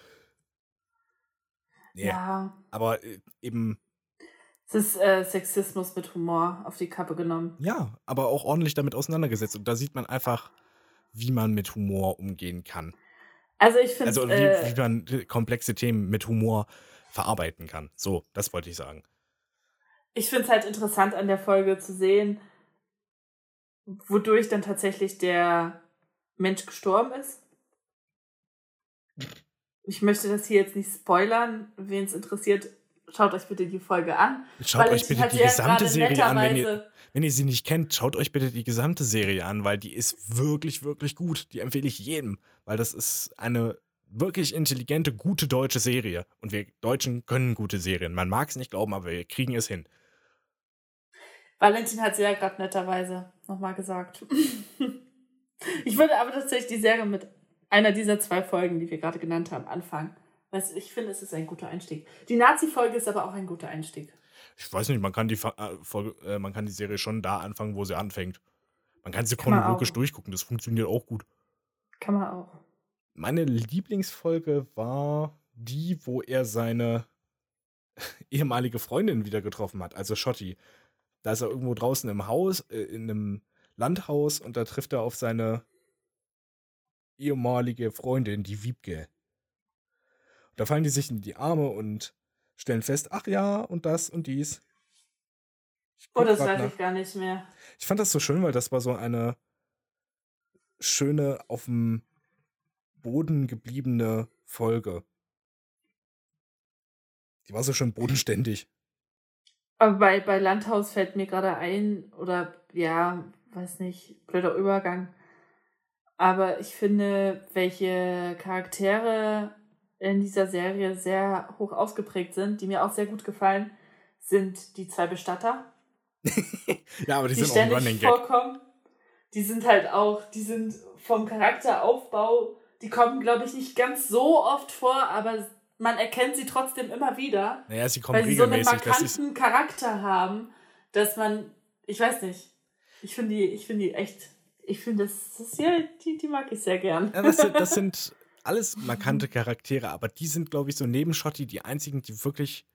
Nee, Ja. aber eben, Es ist Sexismus mit Humor auf die Kappe genommen. ja, aber auch ordentlich damit auseinandergesetzt. Und da sieht man einfach, wie man mit Humor umgehen kann. Also ich finde Also wie man komplexe Themen mit Humor verarbeiten kann. So, das wollte ich sagen. ich finde es halt interessant an der Folge zu sehen, wodurch dann tatsächlich der Mensch gestorben ist. Ich möchte das hier jetzt nicht spoilern. Wen es interessiert, schaut euch bitte die Folge an. Schaut euch Valentin bitte hat die sie ja gesamte gerade Serie an, netterweise- wenn ihr sie nicht kennt, schaut euch bitte die gesamte Serie an, weil die ist wirklich, wirklich gut. Die empfehle ich jedem, weil das ist eine wirklich intelligente, gute deutsche Serie. Und wir Deutschen können gute Serien. Man mag es nicht glauben, aber wir kriegen es hin. Valentin hat sie ja gerade netterweise nochmal gesagt. Ich würde aber tatsächlich die Serie mit einer dieser 2 Folgen, die wir gerade genannt haben, anfangen. Weil ich finde, es ist ein guter Einstieg. Die Nazi-Folge ist aber auch ein guter Einstieg. Ich weiß nicht, man kann die Serie schon da anfangen, wo sie anfängt. Man kann sie Kann man chronologisch auch. durchgucken, das funktioniert auch gut. Kann man auch. Meine Lieblingsfolge war die, wo er seine ehemalige Freundin wieder getroffen hat, also Schotti. Da ist er irgendwo draußen im Haus, in einem Landhaus, und da trifft er auf seine ehemalige Freundin, die Wiebke. Und da fallen die sich in die Arme und stellen fest, ach ja, und das und dies. Ich Oh, guck das grad weiß nach. ich gar nicht mehr. Ich fand das so schön, weil das war so eine schöne, auf dem Boden gebliebene Folge. Die war so schön bodenständig. Aber bei Landhaus fällt mir gerade ein, oder ja, weiß nicht, blöder Übergang. Aber ich finde, welche Charaktere in dieser Serie sehr hoch ausgeprägt sind, die mir auch sehr gut gefallen, sind die 2 Bestatter, Ja, aber die die sind auch ein ständig Running Gag. vorkommen. Die sind vom Charakteraufbau, die kommen, glaube ich, nicht ganz so oft vor, aber man erkennt sie trotzdem immer wieder, Naja, sie kommen weil sie so einen regelmäßig. Das ist, markanten Charakter haben, dass man, ich weiß nicht, ich finde die echt, ich finde das hier, die mag ich sehr gern. ja, das sind alles markante Charaktere, aber die sind, glaube ich, so neben Schotti die einzigen, die wirklich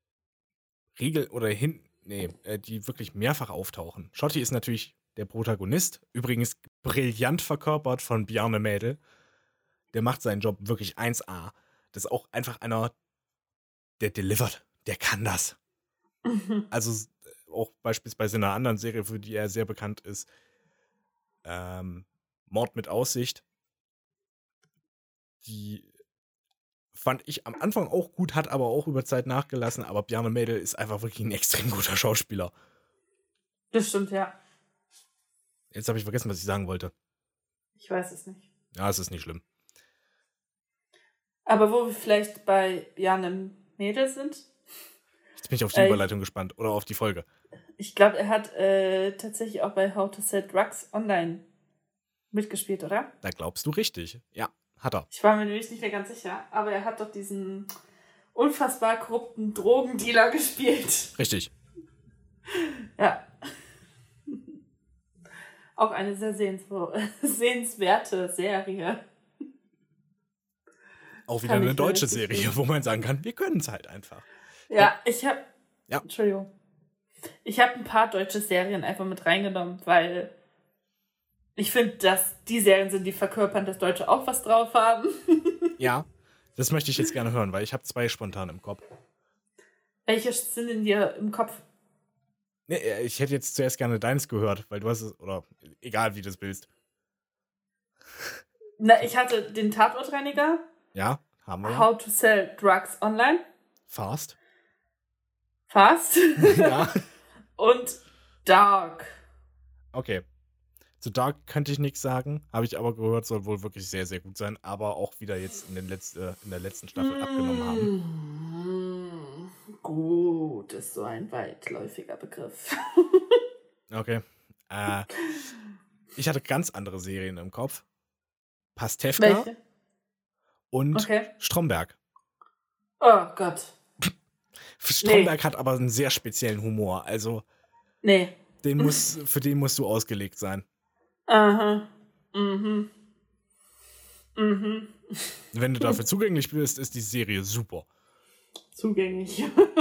die wirklich mehrfach auftauchen. Schotti ist natürlich der Protagonist, übrigens brillant verkörpert von Bjarne Mädel. Der macht seinen Job wirklich 1A. Das ist auch einfach einer, der delivert. Der kann das. Also auch beispielsweise in einer anderen Serie, für die er sehr bekannt ist, Mord mit Aussicht. Die fand ich am Anfang auch gut, hat aber auch über Zeit nachgelassen. Aber Bjarne Mädel ist einfach wirklich ein extrem guter Schauspieler. Das stimmt, ja. Jetzt habe ich vergessen, was ich sagen wollte. Ich weiß es nicht. Ja, es ist nicht schlimm. Aber wo wir vielleicht bei Bjarne Mädel sind, Jetzt bin ich auf die Überleitung gespannt. Oder auf die Folge. ich glaube, er hat tatsächlich auch bei How to Sell Drugs Online mitgespielt, oder? Da glaubst du richtig. Ja, hat er. Ich war mir nämlich nicht mehr ganz sicher, aber er hat doch diesen unfassbar korrupten Drogendealer gespielt. Richtig. Ja. Auch eine sehr sehenswerte Serie. Auch wieder Kann eine ich deutsche richtig Serie, sehen. wo man sagen kann, wir können es halt einfach. Ja, ich habe. Ja. Entschuldigung. Ich habe ein paar deutsche Serien einfach mit reingenommen, weil ich finde, dass die Serien sind, die verkörpern, dass Deutsche auch was drauf haben. Ja, das möchte ich jetzt gerne hören, weil ich habe 2 spontan im Kopf. Welche sind denn dir im Kopf? Nee, ich hätte jetzt zuerst gerne deins gehört, weil du hast es, oder egal wie du das willst. Na, ich hatte den Tatortreiniger, Ja, haben wir ja. How to Sell Drugs Online, Fast. Fast Ja, und Dark. okay. Zu Dark könnte ich nichts sagen, habe ich aber gehört, soll wohl wirklich sehr, sehr gut sein, aber auch wieder jetzt in der letzten Staffel abgenommen haben. Gut, ist so ein weitläufiger Begriff. Okay. Ich hatte ganz andere Serien im Kopf. Pastewka Welche? und Okay. Stromberg. Oh Gott. Stromberg hat aber einen sehr speziellen Humor, also Nee. für den musst du ausgelegt sein. Aha. Mhm. Mhm. Wenn du dafür zugänglich bist, ist die Serie super. Zugänglich.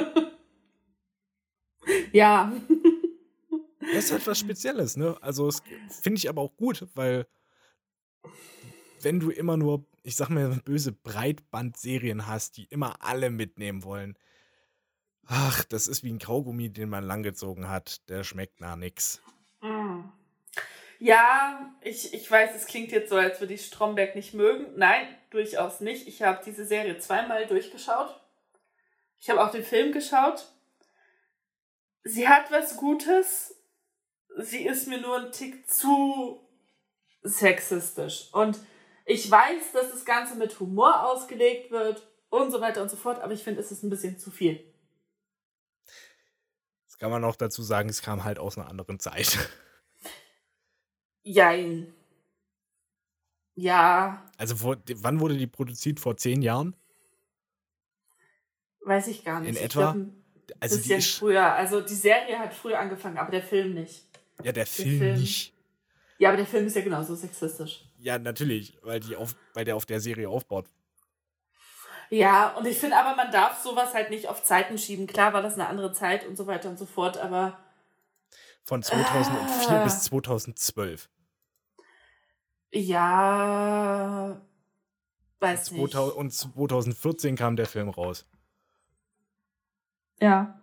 Ja. Das ist halt was Spezielles, ne? Also, das finde ich aber auch gut, weil wenn du immer nur, ich sag mal, böse Breitbandserien hast, die immer alle mitnehmen wollen, ach, das ist wie ein Kaugummi, den man langgezogen hat. Der schmeckt nach nix. Ja, ich weiß, es klingt jetzt so, als würde ich Stromberg nicht mögen. Nein, durchaus nicht. Ich habe diese Serie 2-mal durchgeschaut. Ich habe auch den Film geschaut. Sie hat was Gutes. Sie ist mir nur ein Tick zu sexistisch. Und ich weiß, dass das Ganze mit Humor ausgelegt wird und so weiter und so fort, aber ich finde, es ist ein bisschen zu viel. Das kann man auch dazu sagen, es kam halt aus einer anderen Zeit. Jein. Ja. Also, wann wurde die produziert? Vor 10 Jahren? Weiß ich gar nicht. In etwa? Ich glaub, also bisschen früher. Also die Serie hat früher angefangen, aber der Film nicht. Ja, der Film nicht. Ja, aber der Film ist ja genauso sexistisch. Ja, natürlich, weil der auf der Serie aufbaut. Ja, und ich finde aber, man darf sowas halt nicht auf Zeiten schieben. Klar war das eine andere Zeit und so weiter und so fort, aber... Von 2004 bis 2012. Ja... Weiß nicht. Und 2014 kam der Film raus. Ja.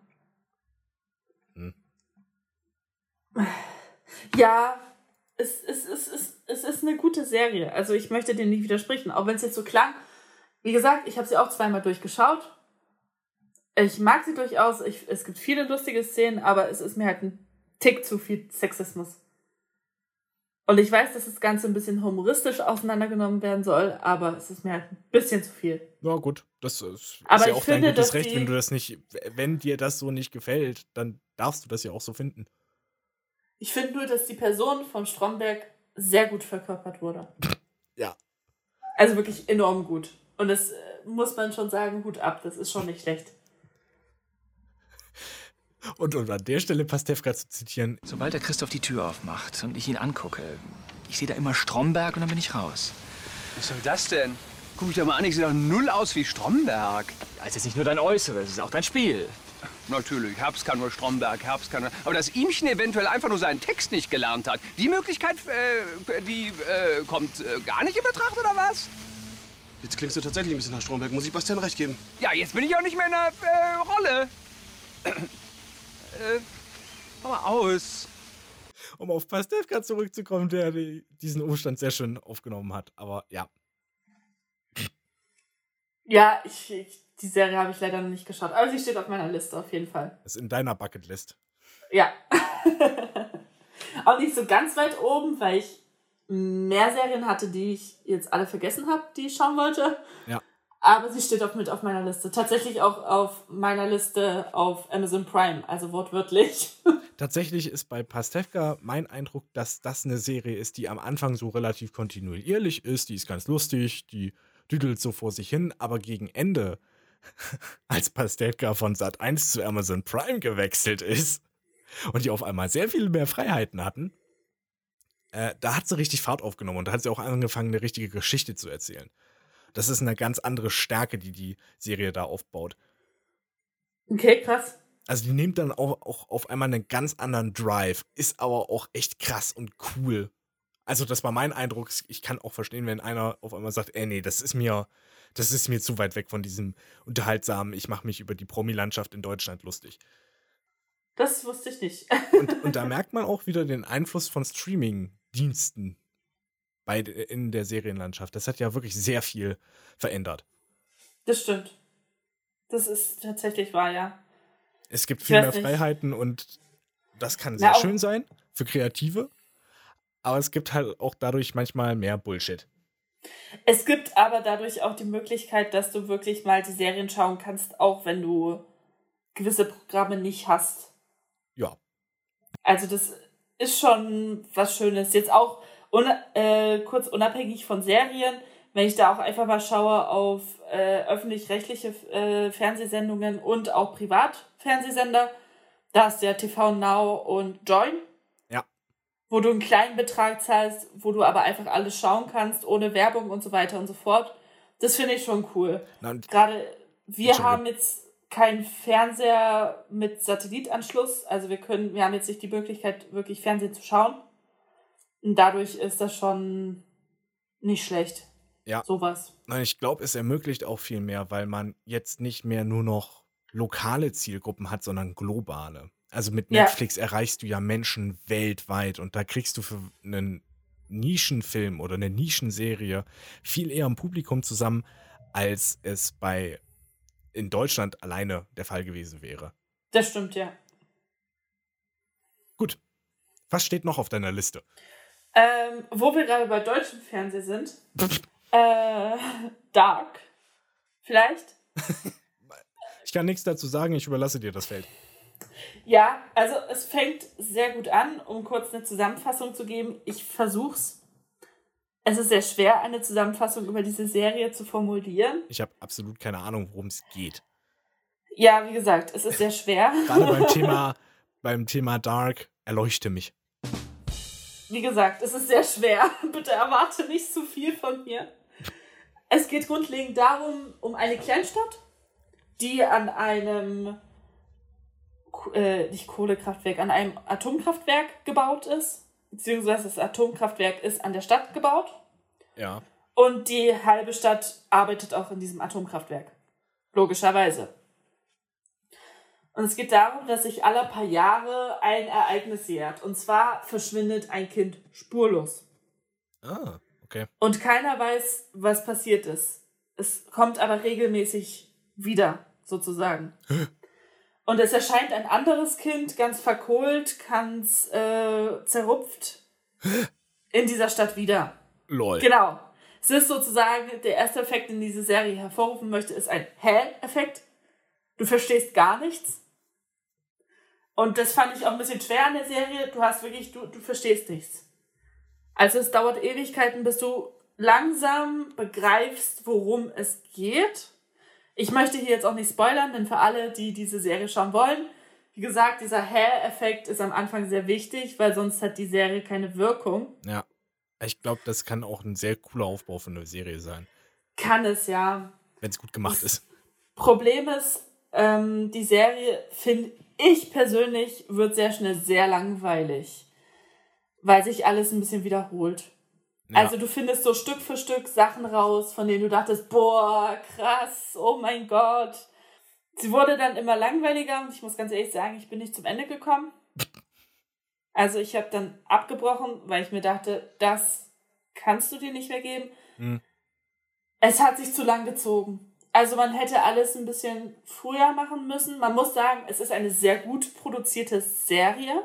Ja, es ist eine gute Serie. Also ich möchte dem nicht widersprechen, auch wenn es jetzt so klang. Wie gesagt, ich habe sie auch 2-mal durchgeschaut. Ich mag sie durchaus. Es gibt viele lustige Szenen, aber es ist mir halt ein Tick zu viel Sexismus. Und ich weiß, dass das Ganze ein bisschen humoristisch auseinandergenommen werden soll, aber es ist mir halt ein bisschen zu viel. Ja, gut. Das ist aber ja auch dein gutes Recht, wenn dir das so nicht gefällt, dann darfst du das ja auch so finden. Ich finde nur, dass die Person von Stromberg sehr gut verkörpert wurde. Ja. Also wirklich enorm gut. Und das muss man schon sagen, Hut ab, das ist schon nicht schlecht. Und um an der Stelle Pastewka zu zitieren. Sobald der Christoph die Tür aufmacht und ich ihn angucke, ich sehe da immer Stromberg und dann bin ich raus. Was soll das denn? Guck mich doch mal an, ich sehe doch null aus wie Stromberg. Ja, es ist nicht nur dein Äußeres, es ist auch dein Spiel. Natürlich, Herbst kann nur Stromberg, Herbst kann nur... Aber dass Ihmchen eventuell einfach nur seinen Text nicht gelernt hat, die Möglichkeit, die kommt gar nicht in Betracht, oder was? Jetzt klingst du tatsächlich ein bisschen nach Stromberg, muss ich Bastian recht geben. Ja, jetzt bin ich auch nicht mehr in der Rolle. Mach mal aus. Um auf Pastewka zurückzukommen, der diesen Umstand sehr schön aufgenommen hat. Aber ja. Ja, die Serie habe ich leider noch nicht geschaut. Aber sie steht auf meiner Liste auf jeden Fall. Ist in deiner Bucketlist. Ja. Auch nicht so ganz weit oben, weil ich mehr Serien hatte, die ich jetzt alle vergessen habe, die ich schauen wollte. Ja. Aber sie steht auch mit auf meiner Liste. Tatsächlich auch auf meiner Liste auf Amazon Prime, also wortwörtlich. Tatsächlich ist bei Pastewka mein Eindruck, dass das eine Serie ist, die am Anfang so relativ kontinuierlich ist. Die ist ganz lustig, die düdelt so vor sich hin, aber gegen Ende, als Pastewka von Sat.1 zu Amazon Prime gewechselt ist und die auf einmal sehr viel mehr Freiheiten hatten, da hat sie richtig Fahrt aufgenommen und da hat sie auch angefangen, eine richtige Geschichte zu erzählen. Das ist eine ganz andere Stärke, die Serie da aufbaut. Okay, krass. Also die nimmt dann auch auf einmal einen ganz anderen Drive, ist aber auch echt krass und cool. Also das war mein Eindruck. Ich kann auch verstehen, wenn einer auf einmal sagt, nee, das ist mir zu weit weg von diesem unterhaltsamen, ich mache mich über die Promi-Landschaft in Deutschland lustig. Das wusste ich nicht. Und da merkt man auch wieder den Einfluss von Streaming-Diensten in der Serienlandschaft. Das hat ja wirklich sehr viel verändert. Das stimmt. Das ist tatsächlich wahr, ja. Es gibt viel mehr Freiheiten und das kann sehr schön sein für Kreative. Aber es gibt halt auch dadurch manchmal mehr Bullshit. Es gibt aber dadurch auch die Möglichkeit, dass du wirklich mal die Serien schauen kannst, auch wenn du gewisse Programme nicht hast. Ja. Also das ist schon was Schönes. Jetzt auch kurz unabhängig von Serien, wenn ich da auch einfach mal schaue auf öffentlich-rechtliche Fernsehsendungen und auch Privatfernsehsender, da hast du ja TV Now und Join. Ja. Wo du einen kleinen Betrag zahlst, wo du aber einfach alles schauen kannst, ohne Werbung und so weiter und so fort. Das finde ich schon cool. Gerade wir haben jetzt keinen Fernseher mit Satellitanschluss, also wir haben jetzt nicht die Möglichkeit, wirklich Fernsehen zu schauen. Und dadurch ist das schon nicht schlecht. Ja. Sowas. Nein, ich glaube, es ermöglicht auch viel mehr, weil man jetzt nicht mehr nur noch lokale Zielgruppen hat, sondern globale. Also mit Netflix erreichst du ja Menschen weltweit und da kriegst du für einen Nischenfilm oder eine Nischenserie viel eher ein Publikum zusammen, als es in Deutschland alleine der Fall gewesen wäre. Das stimmt, ja. Gut. Was steht noch auf deiner Liste? Wo wir gerade bei deutschem Fernsehen sind. Dark. Vielleicht? Ich kann nichts dazu sagen, ich überlasse dir das Feld. Ja, also es fängt sehr gut an, um kurz eine Zusammenfassung zu geben. Ich versuch's. Es ist sehr schwer, eine Zusammenfassung über diese Serie zu formulieren. Ich habe absolut keine Ahnung, worum es geht. Ja, wie gesagt, es ist sehr schwer. Gerade beim Thema Dark, erleuchte mich. Wie gesagt, es ist sehr schwer. Bitte erwarte nicht zu viel von mir. Es geht grundlegend um eine Kleinstadt, die an einem nicht Kohlekraftwerk, an einem Atomkraftwerk gebaut ist. Beziehungsweise das Atomkraftwerk ist an der Stadt gebaut. Ja. Und die halbe Stadt arbeitet auch in diesem Atomkraftwerk. Logischerweise. Und es geht darum, dass sich alle paar Jahre ein Ereignis jährt. Und zwar verschwindet ein Kind spurlos. Ah, okay. Und keiner weiß, was passiert ist. Es kommt aber regelmäßig wieder, sozusagen. Und es erscheint ein anderes Kind, ganz verkohlt, ganz zerrupft, in dieser Stadt wieder. Lol. Genau. Es ist sozusagen der erste Effekt, den diese Serie hervorrufen möchte, ist ein Hä-Effekt. Du verstehst gar nichts. Und das fand ich auch ein bisschen schwer an der Serie. Du hast wirklich, du verstehst nichts. Also es dauert Ewigkeiten, bis du langsam begreifst, worum es geht. Ich möchte hier jetzt auch nicht spoilern, denn für alle, die diese Serie schauen wollen, wie gesagt, dieser Hä-Effekt ist am Anfang sehr wichtig, weil sonst hat die Serie keine Wirkung. Ja, ich glaube, das kann auch ein sehr cooler Aufbau für eine Serie sein. Kann es, ja. Wenn es gut gemacht ist. Problem ist, die Serie, finde ich persönlich, wird sehr schnell sehr langweilig, weil sich alles ein bisschen wiederholt. Ja. Also du findest so Stück für Stück Sachen raus, von denen du dachtest, boah, krass, oh mein Gott. Sie wurde dann immer langweiliger und ich muss ganz ehrlich sagen, ich bin nicht zum Ende gekommen. Also ich habe dann abgebrochen, weil ich mir dachte, das kannst du dir nicht mehr geben. Es hat sich zu lang gezogen. Also man hätte alles ein bisschen früher machen müssen. Man muss sagen, es ist eine sehr gut produzierte Serie.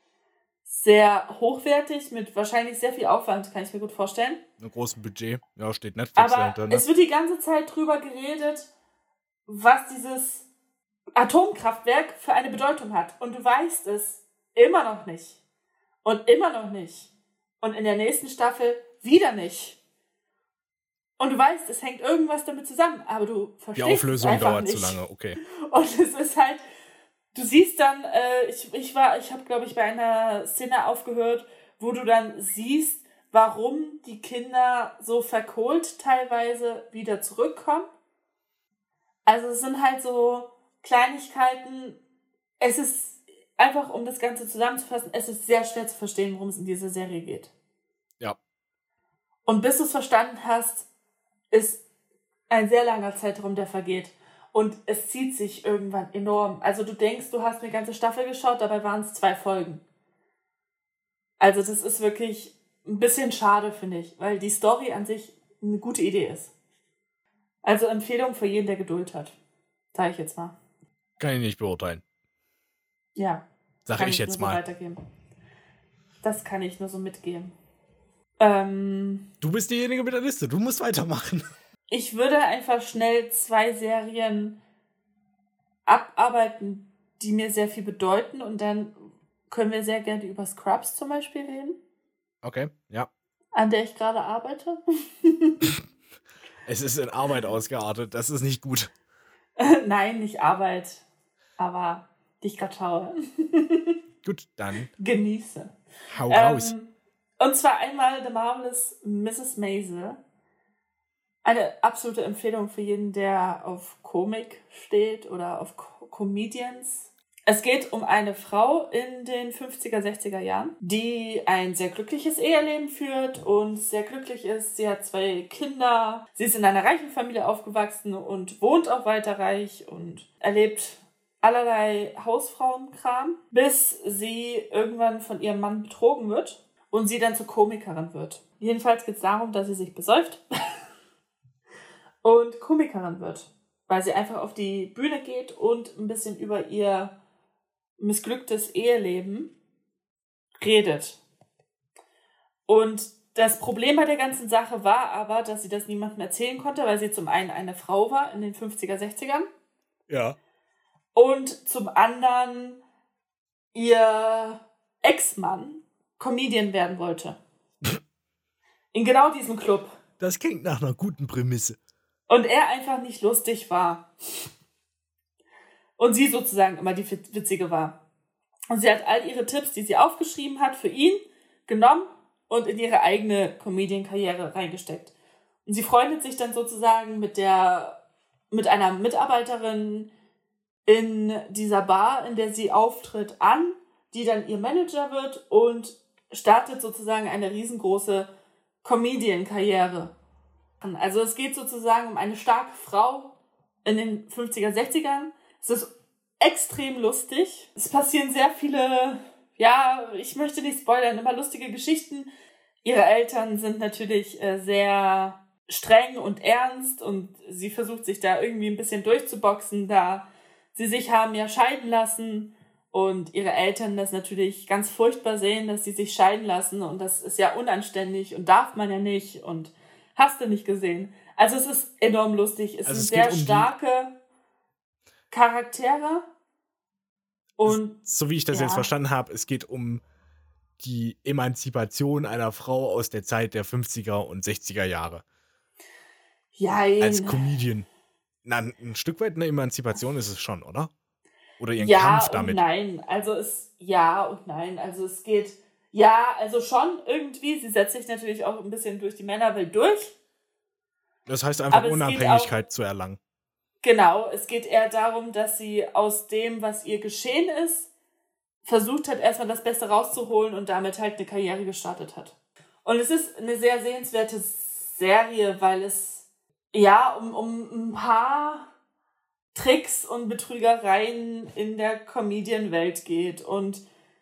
Sehr hochwertig, mit wahrscheinlich sehr viel Aufwand, kann ich mir gut vorstellen. Ein großes Budget. Ja, steht Netflix dahinter. Aber es wird die ganze Zeit drüber geredet, was dieses Atomkraftwerk für eine Bedeutung hat. Und du weißt es immer noch nicht. Und immer noch nicht. Und in der nächsten Staffel wieder nicht. Und du weißt, es hängt irgendwas damit zusammen, aber du verstehst es einfach nicht. Die Auflösung dauert zu lange, okay. Und es ist halt, du siehst dann, ich habe, glaube ich, bei einer Szene aufgehört, wo du dann siehst, warum die Kinder so verkohlt teilweise wieder zurückkommen. Also es sind halt so Kleinigkeiten. Es ist einfach, um das Ganze zusammenzufassen, es ist sehr schwer zu verstehen, worum es in dieser Serie geht. Ja. Und bis du es verstanden hast, ist ein sehr langer Zeitraum, der vergeht. Und es zieht sich irgendwann enorm. Also du denkst, du hast eine ganze Staffel geschaut, dabei waren es 2 Folgen. Also das ist wirklich ein bisschen schade, finde ich, weil die Story an sich eine gute Idee ist. Also Empfehlung für jeden, der Geduld hat. Sag ich jetzt mal. Kann ich nicht beurteilen. Ja. Sag ich jetzt mal. Weitergeben. Das kann ich nur so mitgeben. Du bist diejenige mit der Liste, du musst weitermachen. Ich würde einfach schnell 2 Serien abarbeiten, die mir sehr viel bedeuten, und dann können wir sehr gerne über Scrubs zum Beispiel reden. Okay, ja. An der ich gerade arbeite. Es ist in Arbeit ausgeartet, das ist nicht gut. Nein, nicht Arbeit, aber die ich gerade schaue. Gut, dann Genieße. hau raus. Und zwar einmal The Marvelous Mrs. Maisel. Eine absolute Empfehlung für jeden, der auf Komik steht oder auf Comedians. Es geht um eine Frau in den 50er, 60er Jahren, die ein sehr glückliches Eheleben führt und sehr glücklich ist. Sie hat 2 Kinder. Sie ist in einer reichen Familie aufgewachsen und wohnt auch weiter reich und erlebt allerlei Hausfrauenkram, bis sie irgendwann von ihrem Mann betrogen wird und sie dann zur Komikerin wird. Jedenfalls geht es darum, dass sie sich besäuft und Komikerin wird, weil sie einfach auf die Bühne geht und ein bisschen über ihr missglücktes Eheleben redet. Und das Problem bei der ganzen Sache war aber, dass sie das niemandem erzählen konnte, weil sie zum einen eine Frau war in den 50er, 60ern. Ja. Und zum anderen ihr Ex-Mann Comedian werden wollte. In genau diesem Club. Das klingt nach einer guten Prämisse. Und er einfach nicht lustig war. Und sie sozusagen immer die Witzige war. Und sie hat all ihre Tipps, die sie aufgeschrieben hat, für ihn genommen und in ihre eigene Comedian-Karriere reingesteckt. Und sie freundet sich dann sozusagen mit einer Mitarbeiterin in dieser Bar, in der sie auftritt, an, die dann ihr Manager wird und startet sozusagen eine riesengroße Comedian-Karriere. Also es geht sozusagen um eine starke Frau in den 50er, 60ern. Es ist extrem lustig. Es passieren sehr viele, ja, ich möchte nicht spoilern, immer lustige Geschichten. Ihre Eltern sind natürlich sehr streng und ernst und sie versucht sich da irgendwie ein bisschen durchzuboxen, da sie sich haben ja scheiden lassen und ihre Eltern das natürlich ganz furchtbar sehen, dass sie sich scheiden lassen und das ist ja unanständig und darf man ja nicht und hast du nicht gesehen. Also es ist enorm lustig. Es sind sehr starke Charaktere. Und so wie ich das jetzt verstanden habe, es geht um die Emanzipation einer Frau aus der Zeit der 50er und 60er Jahre. Ja, als Comedian. Na, ein Stück weit eine Emanzipation ist es schon, oder? Oder ihren Kampf damit. Ja und nein. Also es geht, ja, also schon irgendwie. Sie setzt sich natürlich auch ein bisschen durch die Männerwelt durch. Das heißt einfach Unabhängigkeit zu erlangen. Genau, es geht eher darum, dass sie aus dem, was ihr geschehen ist, versucht hat, erstmal das Beste rauszuholen und damit halt eine Karriere gestartet hat. Und es ist eine sehr sehenswerte Serie, weil es ja um ein paar Tricks und Betrügereien in der Comedian-Welt geht und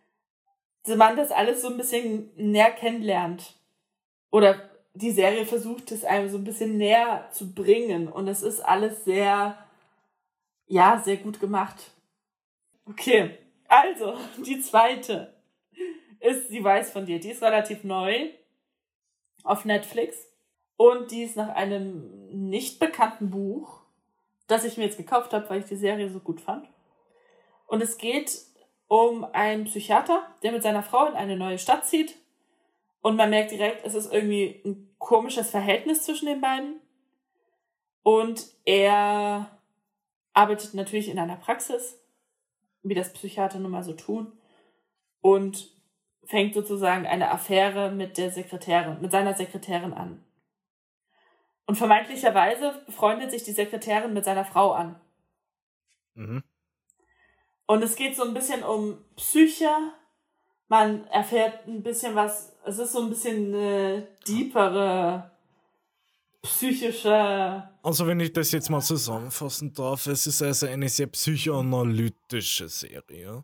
man das alles so ein bisschen näher kennenlernt. Oder die Serie versucht es einem so ein bisschen näher zu bringen und es ist alles sehr gut gemacht. Okay, also, die zweite ist Sie weiß von dir. Die ist relativ neu auf Netflix und die ist nach einem nicht bekannten Buch, das ich mir jetzt gekauft habe, weil ich die Serie so gut fand. Und es geht um einen Psychiater, der mit seiner Frau in eine neue Stadt zieht. Und man merkt direkt, es ist irgendwie ein komisches Verhältnis zwischen den beiden. Und er arbeitet natürlich in einer Praxis, wie das Psychiater nun mal so tun. Und fängt sozusagen eine Affäre mit seiner Sekretärin an. Und vermeintlicherweise befreundet sich die Sekretärin mit seiner Frau an. Mhm. Und es geht so ein bisschen um Psyche. Man erfährt ein bisschen was, es ist so ein bisschen eine deepere, psychische... Also wenn ich das jetzt mal zusammenfassen darf, es ist also eine sehr psychoanalytische Serie.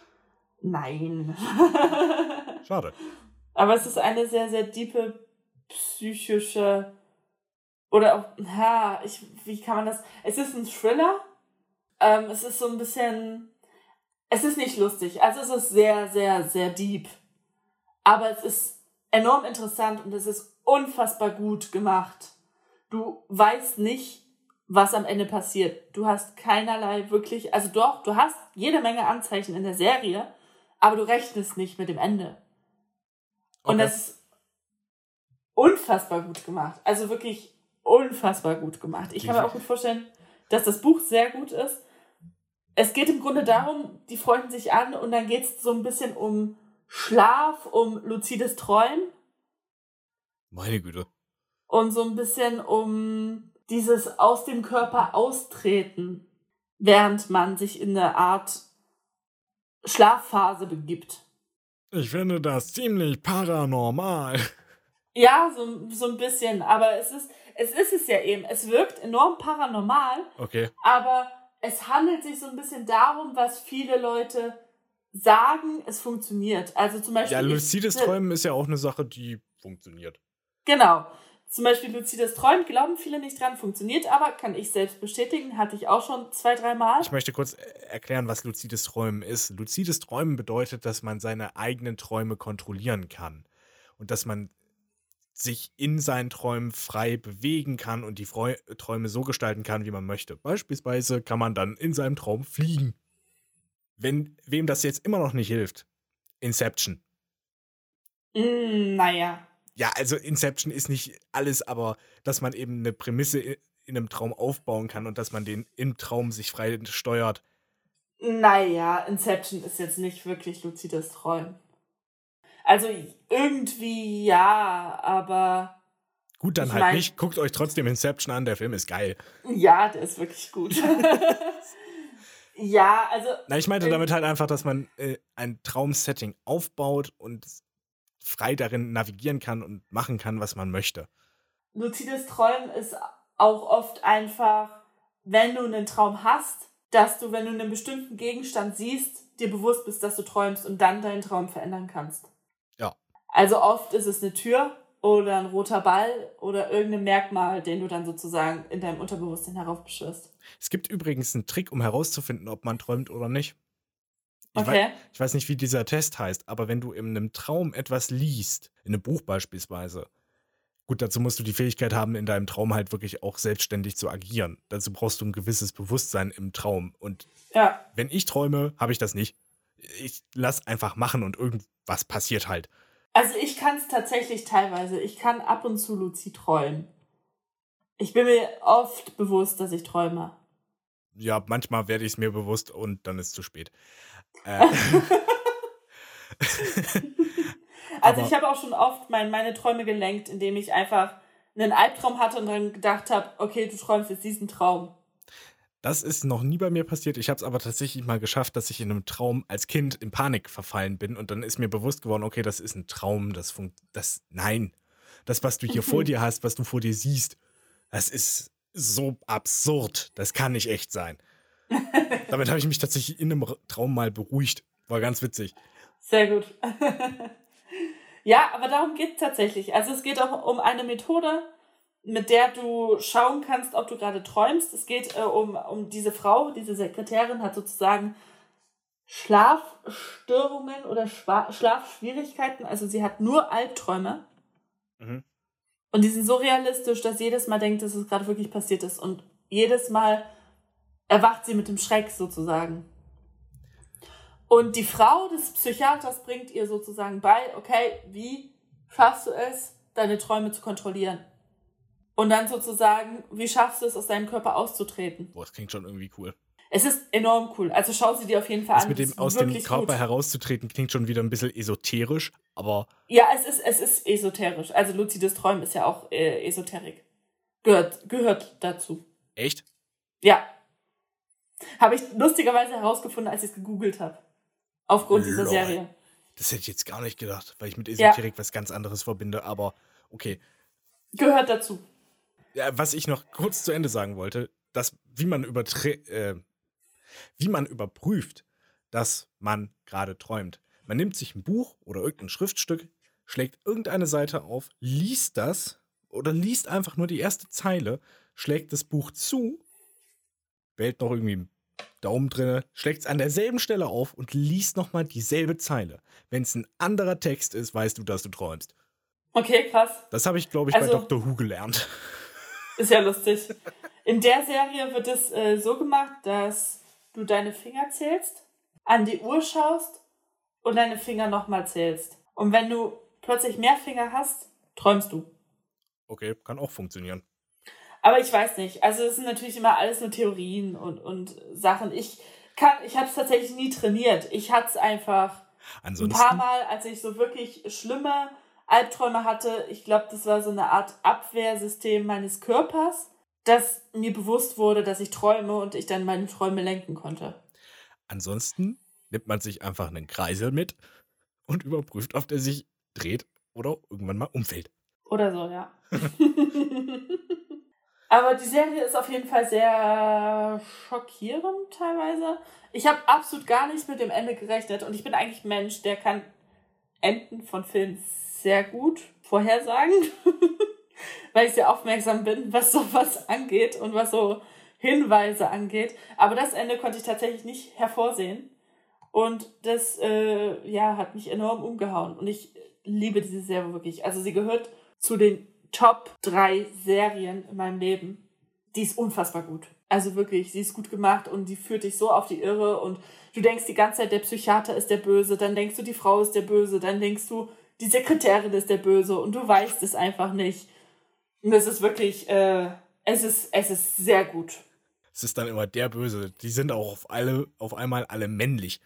Nein. Schade. Aber es ist eine sehr, sehr diepe, psychische... Oder auch, wie kann man das... Es ist ein Thriller. Es ist so ein bisschen... Es ist nicht lustig. Also es ist sehr, sehr, sehr deep. Aber es ist enorm interessant und es ist unfassbar gut gemacht. Du weißt nicht, was am Ende passiert. Du hast keinerlei wirklich, also doch, du hast jede Menge Anzeichen in der Serie, aber du rechnest nicht mit dem Ende. Und Okay. das ist unfassbar gut gemacht. Also wirklich unfassbar gut gemacht. Ich kann mir auch gut vorstellen, dass das Buch sehr gut ist. Es geht im Grunde darum, die freunden sich an und dann geht es so ein bisschen um Schlaf, um luzides Träumen Meine Güte. und so ein bisschen um dieses aus dem Körper austreten, während man sich in eine Art Schlafphase begibt. Ich finde das ziemlich paranormal. Ja, so ein bisschen, aber es ist es ja eben. Es wirkt enorm paranormal, Okay. aber es handelt sich so ein bisschen darum, was viele Leute sagen, es funktioniert. Also zum Beispiel. Ja, luzides Träumen ist ja auch eine Sache, die funktioniert. Genau. Zum Beispiel luzides Träumen glauben viele nicht dran, funktioniert aber, kann ich selbst bestätigen, hatte ich auch schon 2-3 Mal. Ich möchte kurz erklären, was luzides Träumen ist. Luzides Träumen bedeutet, dass man seine eigenen Träume kontrollieren kann und dass man sich in seinen Träumen frei bewegen kann und die Träume so gestalten kann, wie man möchte. Beispielsweise kann man dann in seinem Traum fliegen. Wem das jetzt immer noch nicht hilft, Inception. Naja. Ja, also Inception ist nicht alles, aber dass man eben eine Prämisse in einem Traum aufbauen kann und dass man den im Traum sich frei steuert. Naja, Inception ist jetzt nicht wirklich luzides Träumen. Also irgendwie ja, aber Gut, dann Ich halt mein- nicht. Guckt euch trotzdem Inception an, der Film ist geil. ja, der ist wirklich gut. Ja, also Na, ich meinte damit halt einfach, dass man ein Traumsetting aufbaut und frei darin navigieren kann und machen kann, was man möchte. luzides Träumen ist auch oft einfach, wenn du einen Traum hast, dass du, wenn du einen bestimmten Gegenstand siehst, dir bewusst bist, dass du träumst und dann deinen Traum verändern kannst. Ja. Also oft ist es eine Tür oder ein roter Ball oder irgendein Merkmal, den du dann sozusagen in deinem Unterbewusstsein heraufbeschwörst. Es gibt übrigens einen Trick, um herauszufinden, ob man träumt oder nicht. Okay. Ich weiß nicht, wie dieser Test heißt, aber wenn du in einem Traum etwas liest, in einem Buch beispielsweise, gut, dazu musst du die Fähigkeit haben, in deinem Traum halt wirklich auch selbstständig zu agieren. Dazu brauchst du ein gewisses Bewusstsein im Traum. Und Ja. wenn ich träume, habe ich das nicht. Ich lass einfach machen und irgendwas passiert halt. Also ich kann es tatsächlich teilweise. Ich kann ab und zu luzid träumen. Ich bin mir oft bewusst, dass ich träume. Ja, manchmal werde ich es mir bewusst und dann ist es zu spät. Also Aber- ich habe auch schon oft meine Träume gelenkt, indem ich einfach einen Albtraum hatte und dann gedacht habe, okay, du träumst jetzt diesen Traum. Das ist noch nie bei mir passiert. Ich habe es aber tatsächlich mal geschafft, dass ich in einem Traum als Kind in Panik verfallen bin und dann ist mir bewusst geworden, okay, das ist ein Traum, nein. Das, was du hier vor dir hast, was du vor dir siehst, das ist so absurd. Das kann nicht echt sein. Damit habe ich mich tatsächlich in einem Traum mal beruhigt. War ganz witzig. Sehr gut. Ja, aber darum geht es tatsächlich. Also es geht auch um eine Methode, mit der du schauen kannst, ob du gerade träumst. Es geht um diese Frau, diese Sekretärin hat sozusagen Schlafstörungen oder Schlafschwierigkeiten. Also sie hat nur Albträume. Mhm. Und die sind so realistisch, dass jedes Mal denkt, dass es gerade wirklich passiert ist. Und jedes Mal erwacht sie mit dem Schreck sozusagen. Und die Frau des Psychiaters bringt ihr sozusagen bei, okay, wie schaffst du es, deine Träume zu kontrollieren? Und dann sozusagen, wie schaffst du es, aus deinem Körper auszutreten? Boah, das klingt schon irgendwie cool. Es ist enorm cool. Also schau sie dir auf jeden Fall Das an. mit Es dem ist aus dem wirklich Körper gut. herauszutreten klingt schon wieder ein bisschen esoterisch, aber Ja, es ist esoterisch. Also luzides Träumen ist ja auch Esoterik. Gehört dazu. echt? Ja. Habe ich lustigerweise herausgefunden, als ich es gegoogelt habe. Aufgrund dieser Lol. Serie. Das hätte ich jetzt gar nicht gedacht, weil ich mit Esoterik was ganz anderes verbinde, aber okay. Gehört dazu. Ja, was ich noch kurz zu Ende sagen wollte, wie man überprüft, dass man gerade träumt. Man nimmt sich ein Buch oder irgendein Schriftstück, schlägt irgendeine Seite auf, liest das oder liest einfach nur die erste Zeile, schlägt das Buch zu, behält noch irgendwie einen Daumen drin, schlägt es an derselben Stelle auf und liest nochmal dieselbe Zeile. Wenn es ein anderer Text ist, weißt du, dass du träumst. Okay, krass. Das habe ich, glaube ich, bei Also- Dr. Who gelernt. Ist ja lustig. In der Serie wird es so gemacht, dass du deine Finger zählst, an die Uhr schaust und deine Finger nochmal zählst. Und wenn du plötzlich mehr Finger hast, träumst du. Okay, kann auch funktionieren. Aber ich weiß nicht. Also es sind natürlich immer alles nur Theorien und Sachen. Ich habe es tatsächlich nie trainiert. Ich hatte es einfach Ansonsten, ein paar Mal, als ich so wirklich schlimme Albträume hatte. Ich glaube, das war so eine Art Abwehrsystem meines Körpers, dass mir bewusst wurde, dass ich träume und ich dann meine Träume lenken konnte. ansonsten nimmt man sich einfach einen Kreisel mit und überprüft, ob der sich dreht oder irgendwann mal umfällt. Oder so, ja. Aber die Serie ist auf jeden Fall sehr schockierend teilweise. Ich habe absolut gar nicht mit dem Ende gerechnet und ich bin eigentlich ein Mensch, der kann Enden von Filmen sehr gut vorhersagen, weil ich sehr aufmerksam bin, was sowas angeht und was so Hinweise angeht. Aber das Ende konnte ich tatsächlich nicht hervorsehen und das hat mich enorm umgehauen und ich liebe diese Serie wirklich. Also sie gehört zu den Top 3 Serien in meinem Leben. Die ist unfassbar gut. Also wirklich, sie ist gut gemacht und die führt dich so auf die Irre und du denkst die ganze Zeit, der Psychiater ist der Böse, dann denkst du, die Frau ist der Böse, dann denkst du, die Sekretärin ist der Böse und du weißt es einfach nicht. Und es ist wirklich, es ist sehr gut. Es ist dann immer der Böse. Die sind auch auf einmal alle männlich.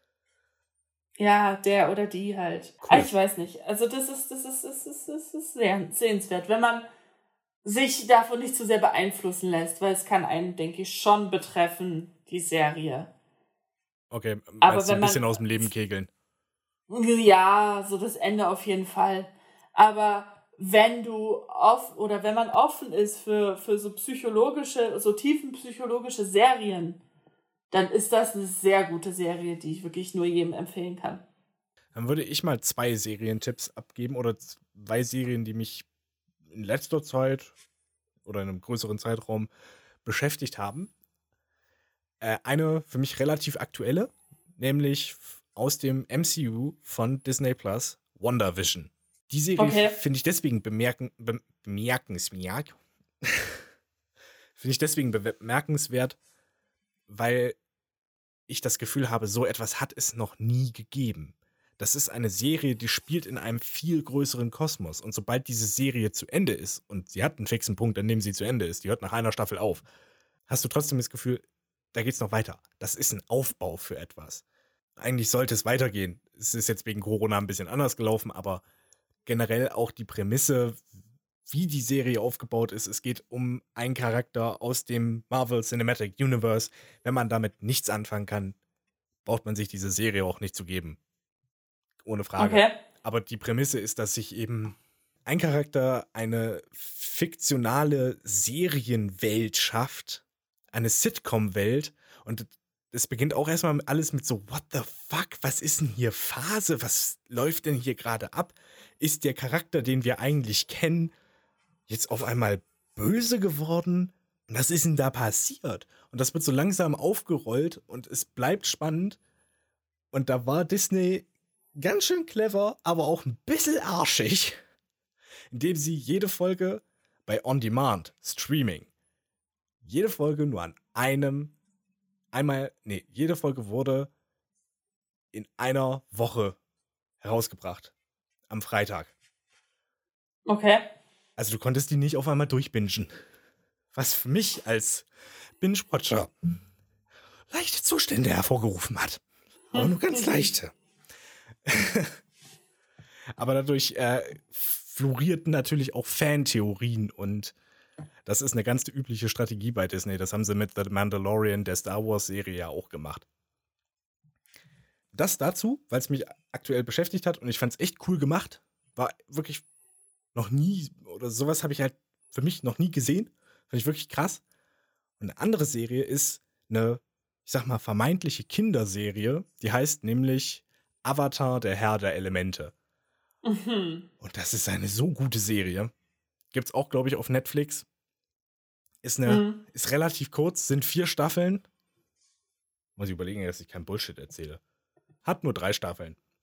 Ja, der oder die halt. Cool. Ich weiß nicht. Also das ist sehr sehenswert, wenn man sich davon nicht zu sehr beeinflussen lässt, weil es kann einen, denke ich, schon betreffen, die Serie. Okay, Aber meinst du wenn ein man- bisschen aus dem Leben kegeln. Ja, so das Ende auf jeden Fall. Aber wenn man offen ist für so psychologische, so tiefenpsychologische Serien, dann ist das eine sehr gute Serie, die ich wirklich nur jedem empfehlen kann. Dann würde ich mal 2 Serientipps abgeben oder 2 Serien, die mich in letzter Zeit oder in einem größeren Zeitraum beschäftigt haben. Eine für mich relativ aktuelle, nämlich aus dem MCU von Disney Plus, WandaVision. Die Serie Okay. finde ich deswegen bemerkenswert. Finde ich deswegen bemerkenswert, weil ich das Gefühl habe, so etwas hat es noch nie gegeben. Das ist eine Serie, die spielt in einem viel größeren Kosmos. Und sobald diese Serie zu Ende ist, und sie hat einen fixen Punkt, an dem sie zu Ende ist, die hört nach einer Staffel auf, hast du trotzdem das Gefühl, da geht's noch weiter. Das ist ein Aufbau für etwas. Eigentlich sollte es weitergehen. Es ist jetzt wegen Corona ein bisschen anders gelaufen, aber generell auch die Prämisse, wie die Serie aufgebaut ist. Es geht um einen Charakter aus dem Marvel Cinematic Universe. Wenn man damit nichts anfangen kann, braucht man sich diese Serie auch nicht zu geben. Ohne Frage. Okay. Aber die Prämisse ist, dass sich eben ein Charakter eine fiktionale Serienwelt schafft, eine Sitcom-Welt, und es beginnt auch erstmal alles mit so, what the fuck, was ist denn hier Phase, was läuft denn hier gerade ab? Ist der Charakter, den wir eigentlich kennen, jetzt auf einmal böse geworden? Und was ist denn da passiert? Und das wird so langsam aufgerollt und es bleibt spannend. Und da war Disney ganz schön clever, aber auch ein bisschen arschig, indem sie jede Folge bei On Demand, Streaming, jede Folge nur an jede Folge wurde in einer Woche herausgebracht. Am Freitag. Okay. Also du konntest die nicht auf einmal durchbingen. Was für mich als Binge-Watcher leichte Zustände hervorgerufen hat. Aber nur ganz leichte. Aber dadurch florierten natürlich auch Fantheorien und das ist eine ganz übliche Strategie bei Disney. Das haben sie mit The Mandalorian, der Star Wars-Serie, ja auch gemacht. Das dazu, weil es mich aktuell beschäftigt hat und ich fand es echt cool gemacht. War wirklich noch nie, oder sowas habe ich halt für mich noch nie gesehen. Fand ich wirklich krass. Und eine andere Serie ist eine, ich sag mal, vermeintliche Kinderserie. Die heißt nämlich Avatar, der Herr der Elemente. Mhm. Und das ist eine so gute Serie. Gibt's auch, glaube ich, auf Netflix. Ist relativ kurz, sind 4 Staffeln. Muss ich überlegen, dass ich keinen Bullshit erzähle. Hat nur 3 Staffeln.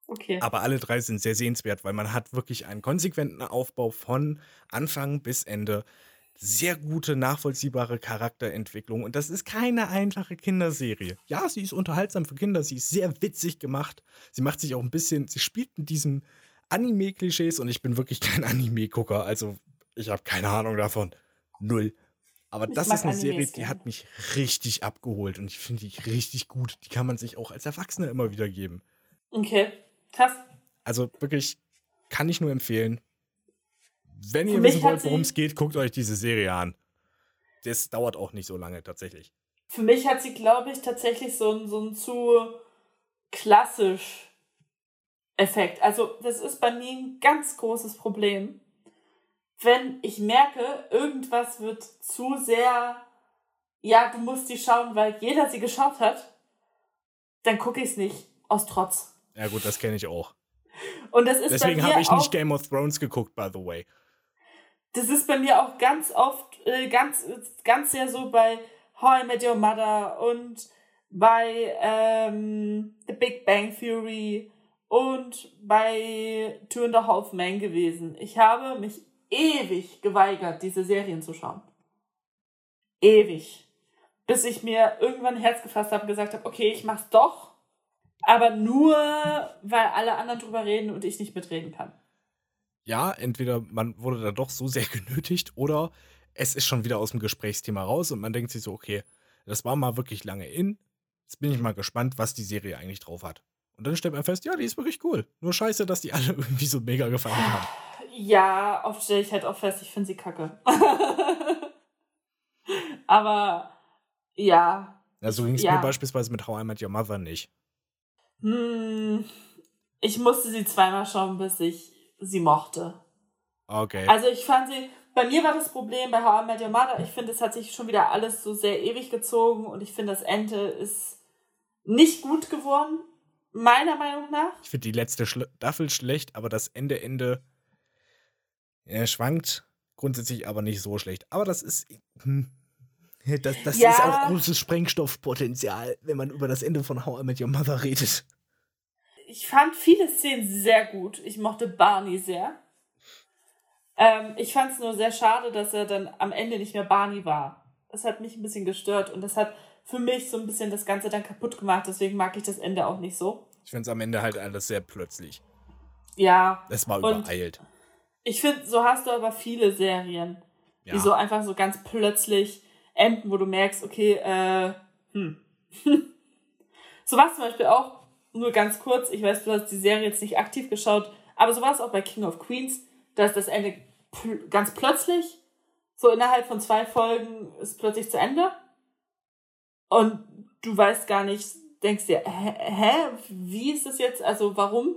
Okay. Aber alle 3 sind sehr sehenswert, weil man hat wirklich einen konsequenten Aufbau von Anfang bis Ende. Sehr gute, nachvollziehbare Charakterentwicklung. Und das ist keine einfache Kinderserie. Ja, sie ist unterhaltsam für Kinder, sie ist sehr witzig gemacht. Sie macht sich auch ein bisschen, sie spielt mit diesen Anime-Klischees und ich bin wirklich kein Anime-Gucker. Also, ich habe keine Ahnung davon. Null. Aber Ich das mag ist eine Animes Serie, die gerne. hat mich richtig abgeholt und ich finde die richtig gut. Die kann man sich auch als Erwachsener immer wieder geben. Okay, krass. Also wirklich, kann ich nur empfehlen. Wenn ihr Für mich wissen hat wollt, worum sie- es geht, guckt euch diese Serie an. Das dauert auch nicht so lange, tatsächlich. Für mich hat sie, glaube ich, tatsächlich so ein zu klassisch Effekt. Also, das ist bei mir ein ganz großes Problem. Wenn ich merke, irgendwas wird zu sehr, ja, du musst die schauen, weil jeder sie geschaut hat, dann gucke ich es nicht, aus Trotz. Ja gut, das kenne ich auch. Und das ist Deswegen bei mir habe ich auch, nicht Game of Thrones geguckt, by the way. das ist bei mir auch ganz oft, ganz sehr so bei How I Met Your Mother und bei The Big Bang Theory und bei Two and a Half Men gewesen. Ich habe mich ewig geweigert, diese Serien zu schauen. Ewig. Bis ich mir irgendwann ein Herz gefasst habe und gesagt habe, okay, ich mach's doch, aber nur, weil alle anderen drüber reden und ich nicht mitreden kann. Ja, entweder man wurde da doch so sehr genötigt oder es ist schon wieder aus dem Gesprächsthema raus und man denkt sich so, okay, das war mal wirklich lange in. Jetzt bin ich mal gespannt, was die Serie eigentlich drauf hat. Und dann stellt man fest, ja, die ist wirklich cool. Nur scheiße, dass die alle irgendwie so mega gefallen haben. Ja, oft stelle ich halt auch fest, ich finde sie kacke. Aber, ja. Ja, so ging es Ja. mir beispielsweise mit How I Met Your Mother nicht. Ich musste sie zweimal schauen, bis ich sie mochte. Okay. Also ich fand sie, bei mir war das Problem bei How I Met Your Mother, ich finde, es hat sich schon wieder alles so sehr ewig gezogen und ich finde, das Ende ist nicht gut geworden, meiner Meinung nach. Ich finde die letzte Staffel schlecht, aber das Ende schwankt grundsätzlich aber nicht so schlecht. Aber das ist das Ja. ist auch großes Sprengstoffpotenzial, wenn man über das Ende von How I Met Your Mother redet. Ich fand viele Szenen sehr gut. Ich mochte Barney sehr. Ich fand es nur sehr schade, dass er dann am Ende nicht mehr Barney war. Das hat mich ein bisschen gestört und das hat für mich so ein bisschen das Ganze dann kaputt gemacht. Deswegen mag ich das Ende auch nicht so. Ich finde es am Ende halt alles sehr plötzlich. Ja. Es war Und übereilt. ich finde, so hast du aber viele Serien, Ja. die so einfach so ganz plötzlich enden, wo du merkst, okay, So war es zum Beispiel auch, nur ganz kurz, ich weiß, du hast die Serie jetzt nicht aktiv geschaut, aber so war es auch bei King of Queens, dass das Ende ganz plötzlich, so innerhalb von 2 Folgen, ist plötzlich zu Ende. Und du weißt gar nicht, denkst dir, wie ist das jetzt, also warum?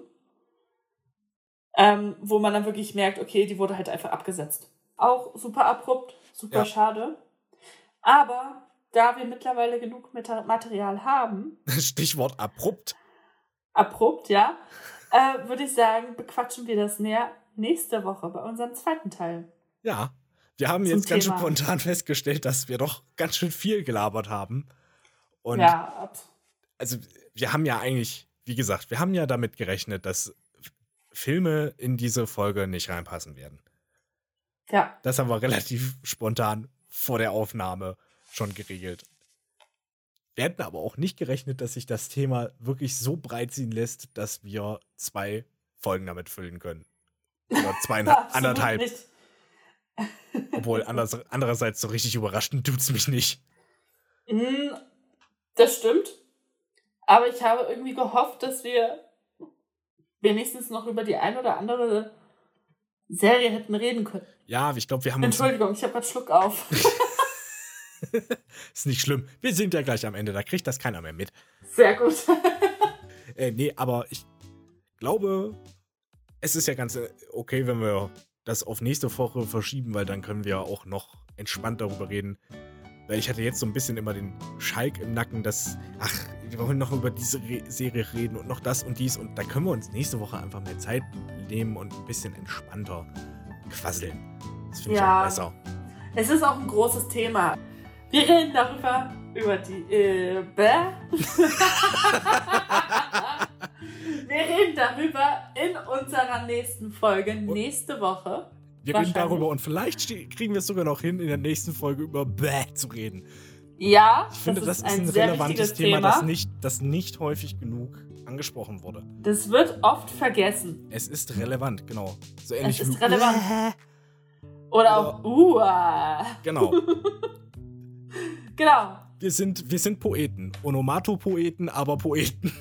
Wo man dann wirklich merkt, okay, die wurde halt einfach abgesetzt. Auch super abrupt, super Ja. schade. Aber da wir mittlerweile genug Material haben, Stichwort abrupt. abrupt, ja, würde ich sagen, bequatschen wir das nächste Woche bei unserem 2. Teil. Ja. Wir haben Zum jetzt ganz schön Thema. spontan festgestellt, dass wir doch ganz schön viel gelabert haben. Und Ja, also wir haben ja eigentlich, wie gesagt, wir haben ja damit gerechnet, dass Filme in diese Folge nicht reinpassen werden. ja. Das haben wir relativ spontan vor der Aufnahme schon geregelt. Wir hätten aber auch nicht gerechnet, dass sich das Thema wirklich so breit ziehen lässt, dass wir 2 Folgen damit füllen können. Oder 2,5, Absolut anderthalb. nicht. Obwohl, andererseits so richtig überraschend tut's mich nicht. Das stimmt. Aber ich habe irgendwie gehofft, dass wir wenigstens noch über die ein oder andere Serie hätten reden können. Ja, ich glaube, wir haben uns... Entschuldigung, ich habe gerade Schluck auf. Ist nicht schlimm. Wir sind ja gleich am Ende, da kriegt das keiner mehr mit. Sehr gut. Nee, aber ich glaube, es ist ja ganz okay, wenn wir das auf nächste Woche verschieben, weil dann können wir auch noch entspannt darüber reden. Weil ich hatte jetzt so ein bisschen immer den Schalk im Nacken, dass, wir wollen noch über diese Serie reden und noch das und dies. Und da können wir uns nächste Woche einfach mehr Zeit nehmen und ein bisschen entspannter quasseln. Das finde ich Ja. auch besser. Es ist auch ein großes Thema. Wir reden darüber, über die, Wir Wir reden darüber in unserer nächsten Folge, nächste Woche. Wir reden darüber und vielleicht kriegen wir es sogar noch hin, in der nächsten Folge über Bäh zu reden. Ja, ich finde, das ist ein sehr relevantes Thema, das nicht häufig genug angesprochen wurde. Das wird oft vergessen. Es ist relevant, genau. So ähnlich es ist wie relevant. Oder auch Genau. Genau. Wir sind Poeten. Onomatopoeten, aber Poeten.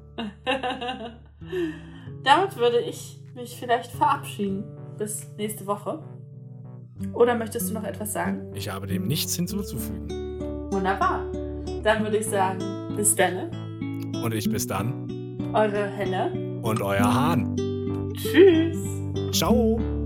Damit würde ich mich vielleicht verabschieden. Bis nächste Woche. Oder möchtest du noch etwas sagen? Ich habe dem nichts hinzuzufügen. Wunderbar. Dann würde ich sagen, bis dann. Und ich bis dann. Eure Henne. Und euer Hahn. Tschüss. Ciao.